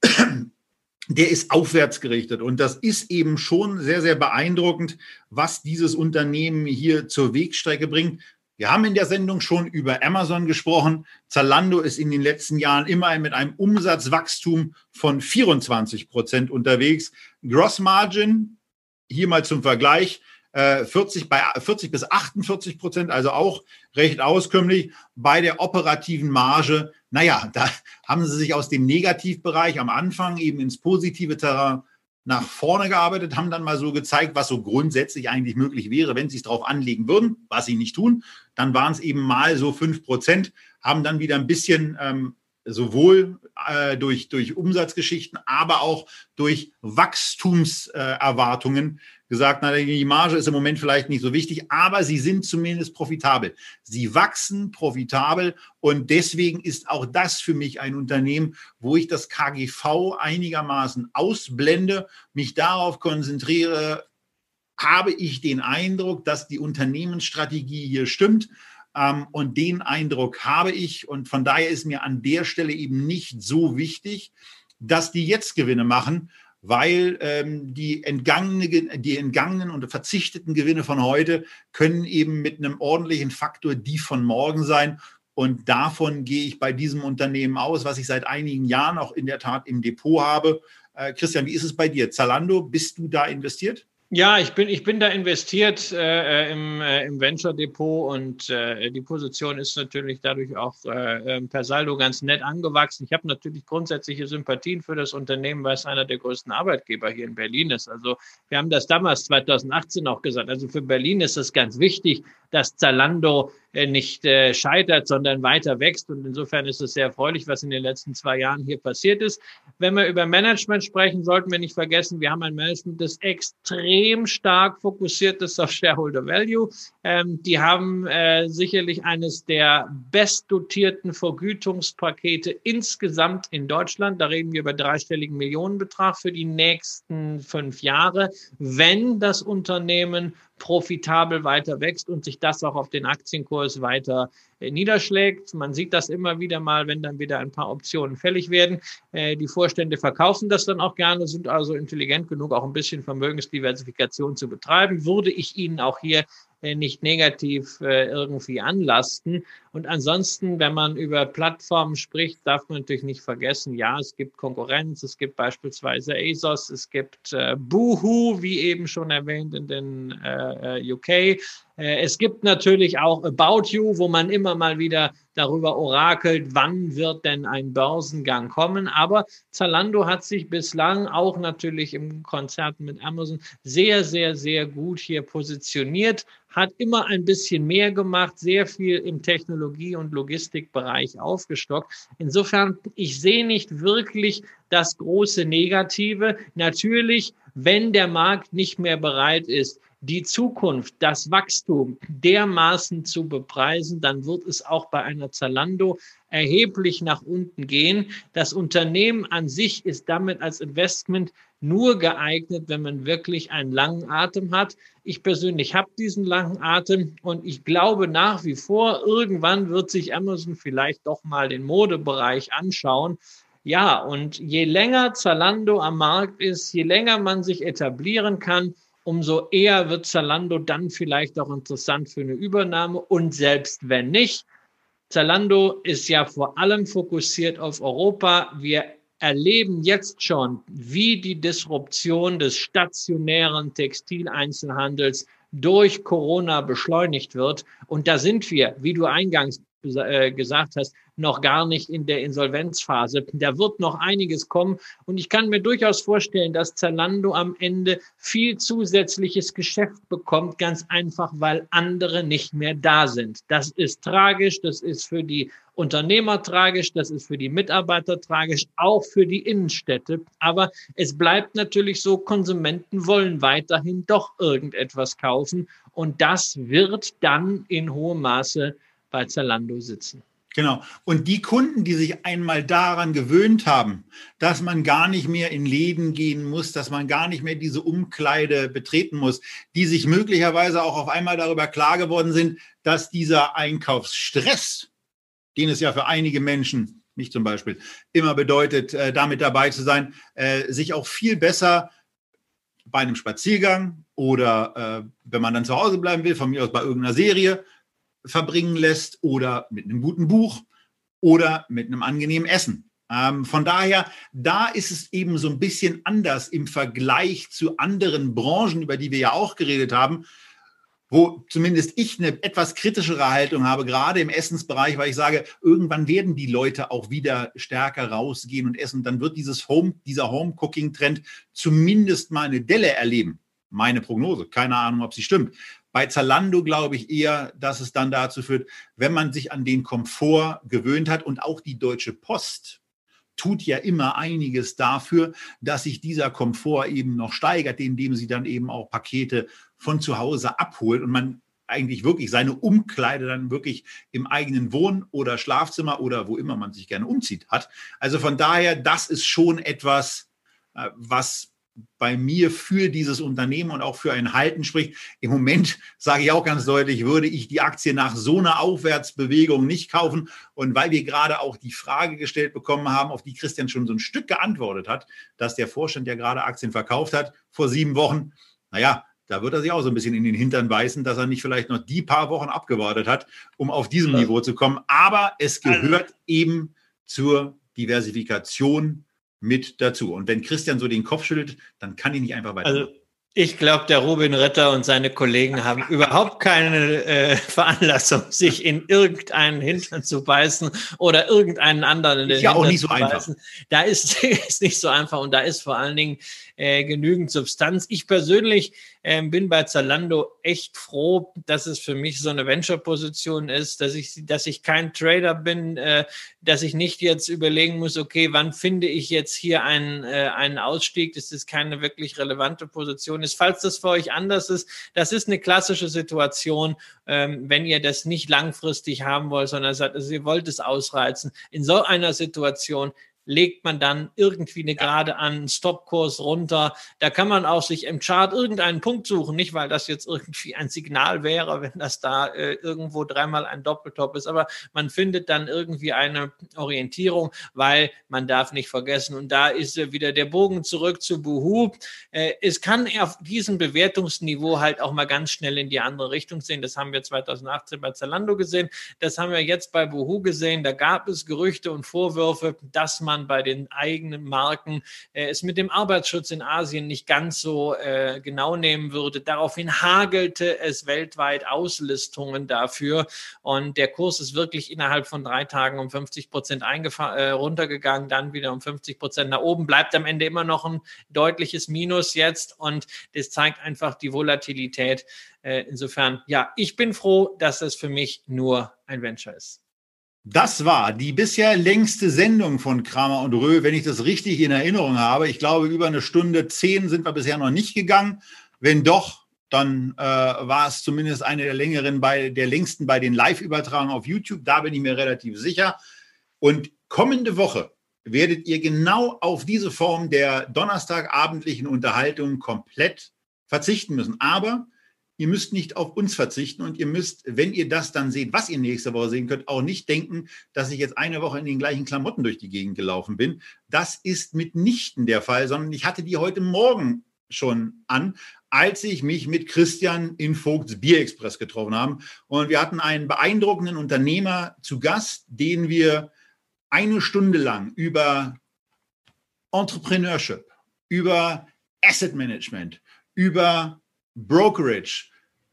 der ist aufwärts gerichtet. Und das ist eben schon sehr, sehr beeindruckend, was dieses Unternehmen hier zur Wegstrecke bringt. Wir haben in der Sendung schon über Amazon gesprochen. Zalando ist in den letzten Jahren immer mit einem Umsatzwachstum von vierundzwanzig Prozent unterwegs. Gross Margin, hier mal zum Vergleich, vierzig, bei vierzig bis achtundvierzig Prozent, also auch recht auskömmlich. Bei der operativen Marge, naja, da haben sie sich aus dem Negativbereich am Anfang eben ins positive Terrain nach vorne gearbeitet, haben dann mal so gezeigt, was so grundsätzlich eigentlich möglich wäre, wenn sie es drauf anlegen würden, was sie nicht tun. Dann waren es eben mal so fünf Prozent, haben dann wieder ein bisschen ähm, sowohl äh, durch, durch Umsatzgeschichten, aber auch durch Wachstumserwartungen äh, gesagt, na, die Marge ist im Moment vielleicht nicht so wichtig, aber sie sind zumindest profitabel. Sie wachsen profitabel und deswegen ist auch das für mich ein Unternehmen, wo ich das K G V einigermaßen ausblende, mich darauf konzentriere, habe ich den Eindruck, dass die Unternehmensstrategie hier stimmt. Ähm, und den Eindruck habe ich. Und von daher ist mir an der Stelle eben nicht so wichtig, dass die jetzt Gewinne machen, weil ähm, die, entgangene, die entgangenen und verzichteten Gewinne von heute können eben mit einem ordentlichen Faktor die von morgen sein. Und davon gehe ich bei diesem Unternehmen aus, was ich seit einigen Jahren auch in der Tat im Depot habe. Äh, Christian, wie ist es bei dir? Zalando, bist du da investiert? Ja, ich bin, ich bin da investiert äh, im, äh, im Venture-Depot und äh, die Position ist natürlich dadurch auch äh, per Saldo ganz nett angewachsen. Ich habe natürlich grundsätzliche Sympathien für das Unternehmen, weil es einer der größten Arbeitgeber hier in Berlin ist. Also wir haben das damals zweitausendachtzehn auch gesagt. Also für Berlin ist es ganz wichtig, dass Zalando äh, nicht äh, scheitert, sondern weiter wächst. Und insofern ist es sehr erfreulich, was in den letzten zwei Jahren hier passiert ist. Wenn wir über Management sprechen, sollten wir nicht vergessen, wir haben ein Management, das extrem stark fokussiert ist auf Shareholder Value. Ähm, die haben äh, sicherlich eines der bestdotierten Vergütungspakete insgesamt in Deutschland. Da reden wir über dreistelligen Millionenbetrag für die nächsten fünf Jahre, wenn das Unternehmen profitabel weiter wächst und sich das auch auf den Aktienkurs weiter äh, niederschlägt. Man sieht das immer wieder mal, wenn dann wieder ein paar Optionen fällig werden. Äh, die Vorstände verkaufen das dann auch gerne, sind also intelligent genug, auch ein bisschen Vermögensdiversifikation zu betreiben. Würde ich Ihnen auch hier äh, nicht negativ äh, irgendwie anlasten. Und ansonsten, wenn man über Plattformen spricht, darf man natürlich nicht vergessen, ja, es gibt Konkurrenz, es gibt beispielsweise ASOS, es gibt äh, Boohoo, wie eben schon erwähnt in den äh, U K. Äh, es gibt natürlich auch About You, wo man immer mal wieder darüber orakelt, wann wird denn ein Börsengang kommen. Aber Zalando hat sich bislang auch natürlich im Konzert mit Amazon sehr, sehr, sehr gut hier positioniert, hat immer ein bisschen mehr gemacht, sehr viel im Technologie- und Logistikbereich aufgestockt. Insofern, ich sehe nicht wirklich das große Negative. Natürlich, wenn der Markt nicht mehr bereit ist, die Zukunft, das Wachstum dermaßen zu bepreisen, dann wird es auch bei einer Zalando erheblich nach unten gehen. Das Unternehmen an sich ist damit als Investment nur geeignet, wenn man wirklich einen langen Atem hat. Ich persönlich habe diesen langen Atem und ich glaube nach wie vor, irgendwann wird sich Amazon vielleicht doch mal den Modebereich anschauen. Ja, und je länger Zalando am Markt ist, je länger man sich etablieren kann, umso eher wird Zalando dann vielleicht auch interessant für eine Übernahme. Und selbst wenn nicht, Zalando ist ja vor allem fokussiert auf Europa. Wir erleben jetzt schon, wie die Disruption des stationären Textileinzelhandels durch Corona beschleunigt wird. Und da sind wir, wie du eingangs äh, gesagt hast, noch gar nicht in der Insolvenzphase. Da wird noch einiges kommen. Und ich kann mir durchaus vorstellen, dass Zalando am Ende viel zusätzliches Geschäft bekommt, ganz einfach, weil andere nicht mehr da sind. Das ist tragisch, das ist für die Unternehmer tragisch, das ist für die Mitarbeiter tragisch, auch für die Innenstädte. Aber es bleibt natürlich so, Konsumenten wollen weiterhin doch irgendetwas kaufen. Und das wird dann in hohem Maße bei Zalando sitzen. Genau. Und die Kunden, die sich einmal daran gewöhnt haben, dass man gar nicht mehr in Läden gehen muss, dass man gar nicht mehr diese Umkleide betreten muss, die sich möglicherweise auch auf einmal darüber klar geworden sind, dass dieser Einkaufsstress, den es ja für einige Menschen, mich zum Beispiel, immer bedeutet, äh, damit dabei zu sein, äh, sich auch viel besser bei einem Spaziergang oder äh, wenn man dann zu Hause bleiben will, von mir aus bei irgendeiner Serie, verbringen lässt oder mit einem guten Buch oder mit einem angenehmen Essen. Ähm, von daher, da ist es eben so ein bisschen anders im Vergleich zu anderen Branchen, über die wir ja auch geredet haben, wo zumindest ich eine etwas kritischere Haltung habe, gerade im Essensbereich, weil ich sage, irgendwann werden die Leute auch wieder stärker rausgehen und essen. Dann wird dieses Home, dieser Home-Cooking-Trend zumindest mal eine Delle erleben. Meine Prognose, keine Ahnung, ob sie stimmt. Bei Zalando glaube ich eher, dass es dann dazu führt, wenn man sich an den Komfort gewöhnt hat, und auch die Deutsche Post tut ja immer einiges dafür, dass sich dieser Komfort eben noch steigert, indem sie dann eben auch Pakete von zu Hause abholt und man eigentlich wirklich seine Umkleide dann wirklich im eigenen Wohn- oder Schlafzimmer oder wo immer man sich gerne umzieht hat. Also von daher, das ist schon etwas, was bei mir für dieses Unternehmen und auch für ein Halten spricht. Im Moment sage ich auch ganz deutlich, würde ich die Aktie nach so einer Aufwärtsbewegung nicht kaufen. Und weil wir gerade auch die Frage gestellt bekommen haben, auf die Christian schon so ein Stück geantwortet hat, dass der Vorstand ja gerade Aktien verkauft hat vor sieben Wochen. Naja, da wird er sich auch so ein bisschen in den Hintern beißen, dass er nicht vielleicht noch die paar Wochen abgewartet hat, um auf diesem ja. Niveau zu kommen. Aber es gehört also eben zur Diversifikation mit dazu. Und wenn Christian so den Kopf schüttelt, dann kann ich nicht einfach weiter. Also ich glaube, der Robin Ritter und seine Kollegen haben überhaupt keine äh, Veranlassung, sich in irgendeinen Hintern zu beißen oder irgendeinen anderen in den ist ja Hintern auch nicht so zu einfach. beißen. Da ist es nicht so einfach und da ist vor allen Dingen äh, genügend Substanz. Ich persönlich äh, bin bei Zalando echt froh, dass es für mich so eine Venture-Position ist, dass ich, dass ich kein Trader bin, äh, dass ich nicht jetzt überlegen muss, okay, wann finde ich jetzt hier einen, äh, einen Ausstieg? Das ist keine wirklich relevante Position ist. Falls das für euch anders ist, das ist eine klassische Situation, ähm, wenn ihr das nicht langfristig haben wollt, sondern sagt, also ihr wollt es ausreizen. In so einer Situation legt man dann irgendwie eine Gerade an, einen Stopkurs runter. Da kann man auch sich im Chart irgendeinen Punkt suchen, nicht weil das jetzt irgendwie ein Signal wäre, wenn das da äh, irgendwo dreimal ein Doppeltop ist, aber man findet dann irgendwie eine Orientierung, weil man darf nicht vergessen, und da ist äh, wieder der Bogen zurück zu Boohoo. Äh, es kann auf diesem Bewertungsniveau halt auch mal ganz schnell in die andere Richtung sehen. Das haben wir zweitausendachtzehn bei Zalando gesehen. Das haben wir jetzt bei Boohoo gesehen. Da gab es Gerüchte und Vorwürfe, dass man bei den eigenen Marken äh, es mit dem Arbeitsschutz in Asien nicht ganz so äh, genau nehmen würde. Daraufhin hagelte es weltweit Auslistungen dafür. Und der Kurs ist wirklich innerhalb von drei Tagen um fünfzig Prozent äh, runtergegangen, dann wieder um fünfzig Prozent nach oben. Bleibt am Ende immer noch ein deutliches Minus jetzt. Und das zeigt einfach die Volatilität. Insofern, ja, ich bin froh, dass das für mich nur ein Venture ist. Das war die bisher längste Sendung von Kramer und Röhl, wenn ich das richtig in Erinnerung habe. Ich glaube, über eine Stunde zehn sind wir bisher noch nicht gegangen. Wenn doch, dann äh, war es zumindest eine der längeren, bei, der längsten bei den Live-Übertragungen auf YouTube. Da bin ich mir relativ sicher. Und kommende Woche werdet ihr genau auf diese Form der donnerstagabendlichen Unterhaltung komplett verzichten müssen. Aber ihr müsst nicht auf uns verzichten und ihr müsst, wenn ihr das dann seht, was ihr nächste Woche sehen könnt, auch nicht denken, dass ich jetzt eine Woche in den gleichen Klamotten durch die Gegend gelaufen bin. Das ist mitnichten der Fall, sondern ich hatte die heute Morgen schon an, als ich mich mit Christian in Vogts Bierexpress getroffen habe. Und wir hatten einen beeindruckenden Unternehmer zu Gast, den wir eine Stunde lang über Entrepreneurship, über Asset Management, über Brokerage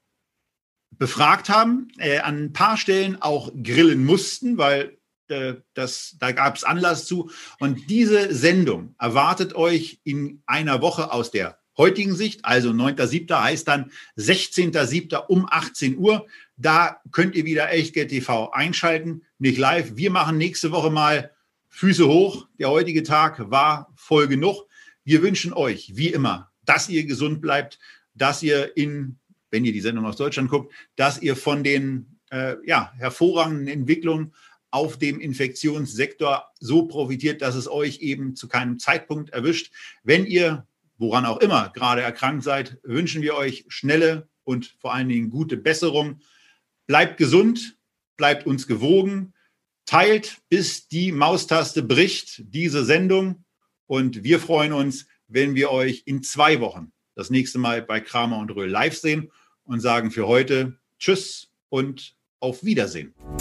befragt haben, äh, an ein paar Stellen auch grillen mussten, weil äh, das, da gab es Anlass zu. Und diese Sendung erwartet euch in einer Woche aus der heutigen Sicht, also neunter siebter heißt dann sechzehnter siebter um achtzehn Uhr. Da könnt ihr wieder Echtgeld T V einschalten, nicht live. Wir machen nächste Woche mal Füße hoch. Der heutige Tag war voll genug. Wir wünschen euch, wie immer, dass ihr gesund bleibt, dass ihr in, wenn ihr die Sendung aus Deutschland guckt, dass ihr von den äh, ja, hervorragenden Entwicklungen auf dem Infektionssektor so profitiert, dass es euch eben zu keinem Zeitpunkt erwischt. Wenn ihr, woran auch immer, gerade erkrankt seid, wünschen wir euch schnelle und vor allen Dingen gute Besserung. Bleibt gesund, bleibt uns gewogen, teilt, bis die Maustaste bricht, diese Sendung. Und wir freuen uns, wenn wir euch in zwei Wochen das nächste Mal bei Kramer und Röhl live sehen und sagen für heute Tschüss und auf Wiedersehen.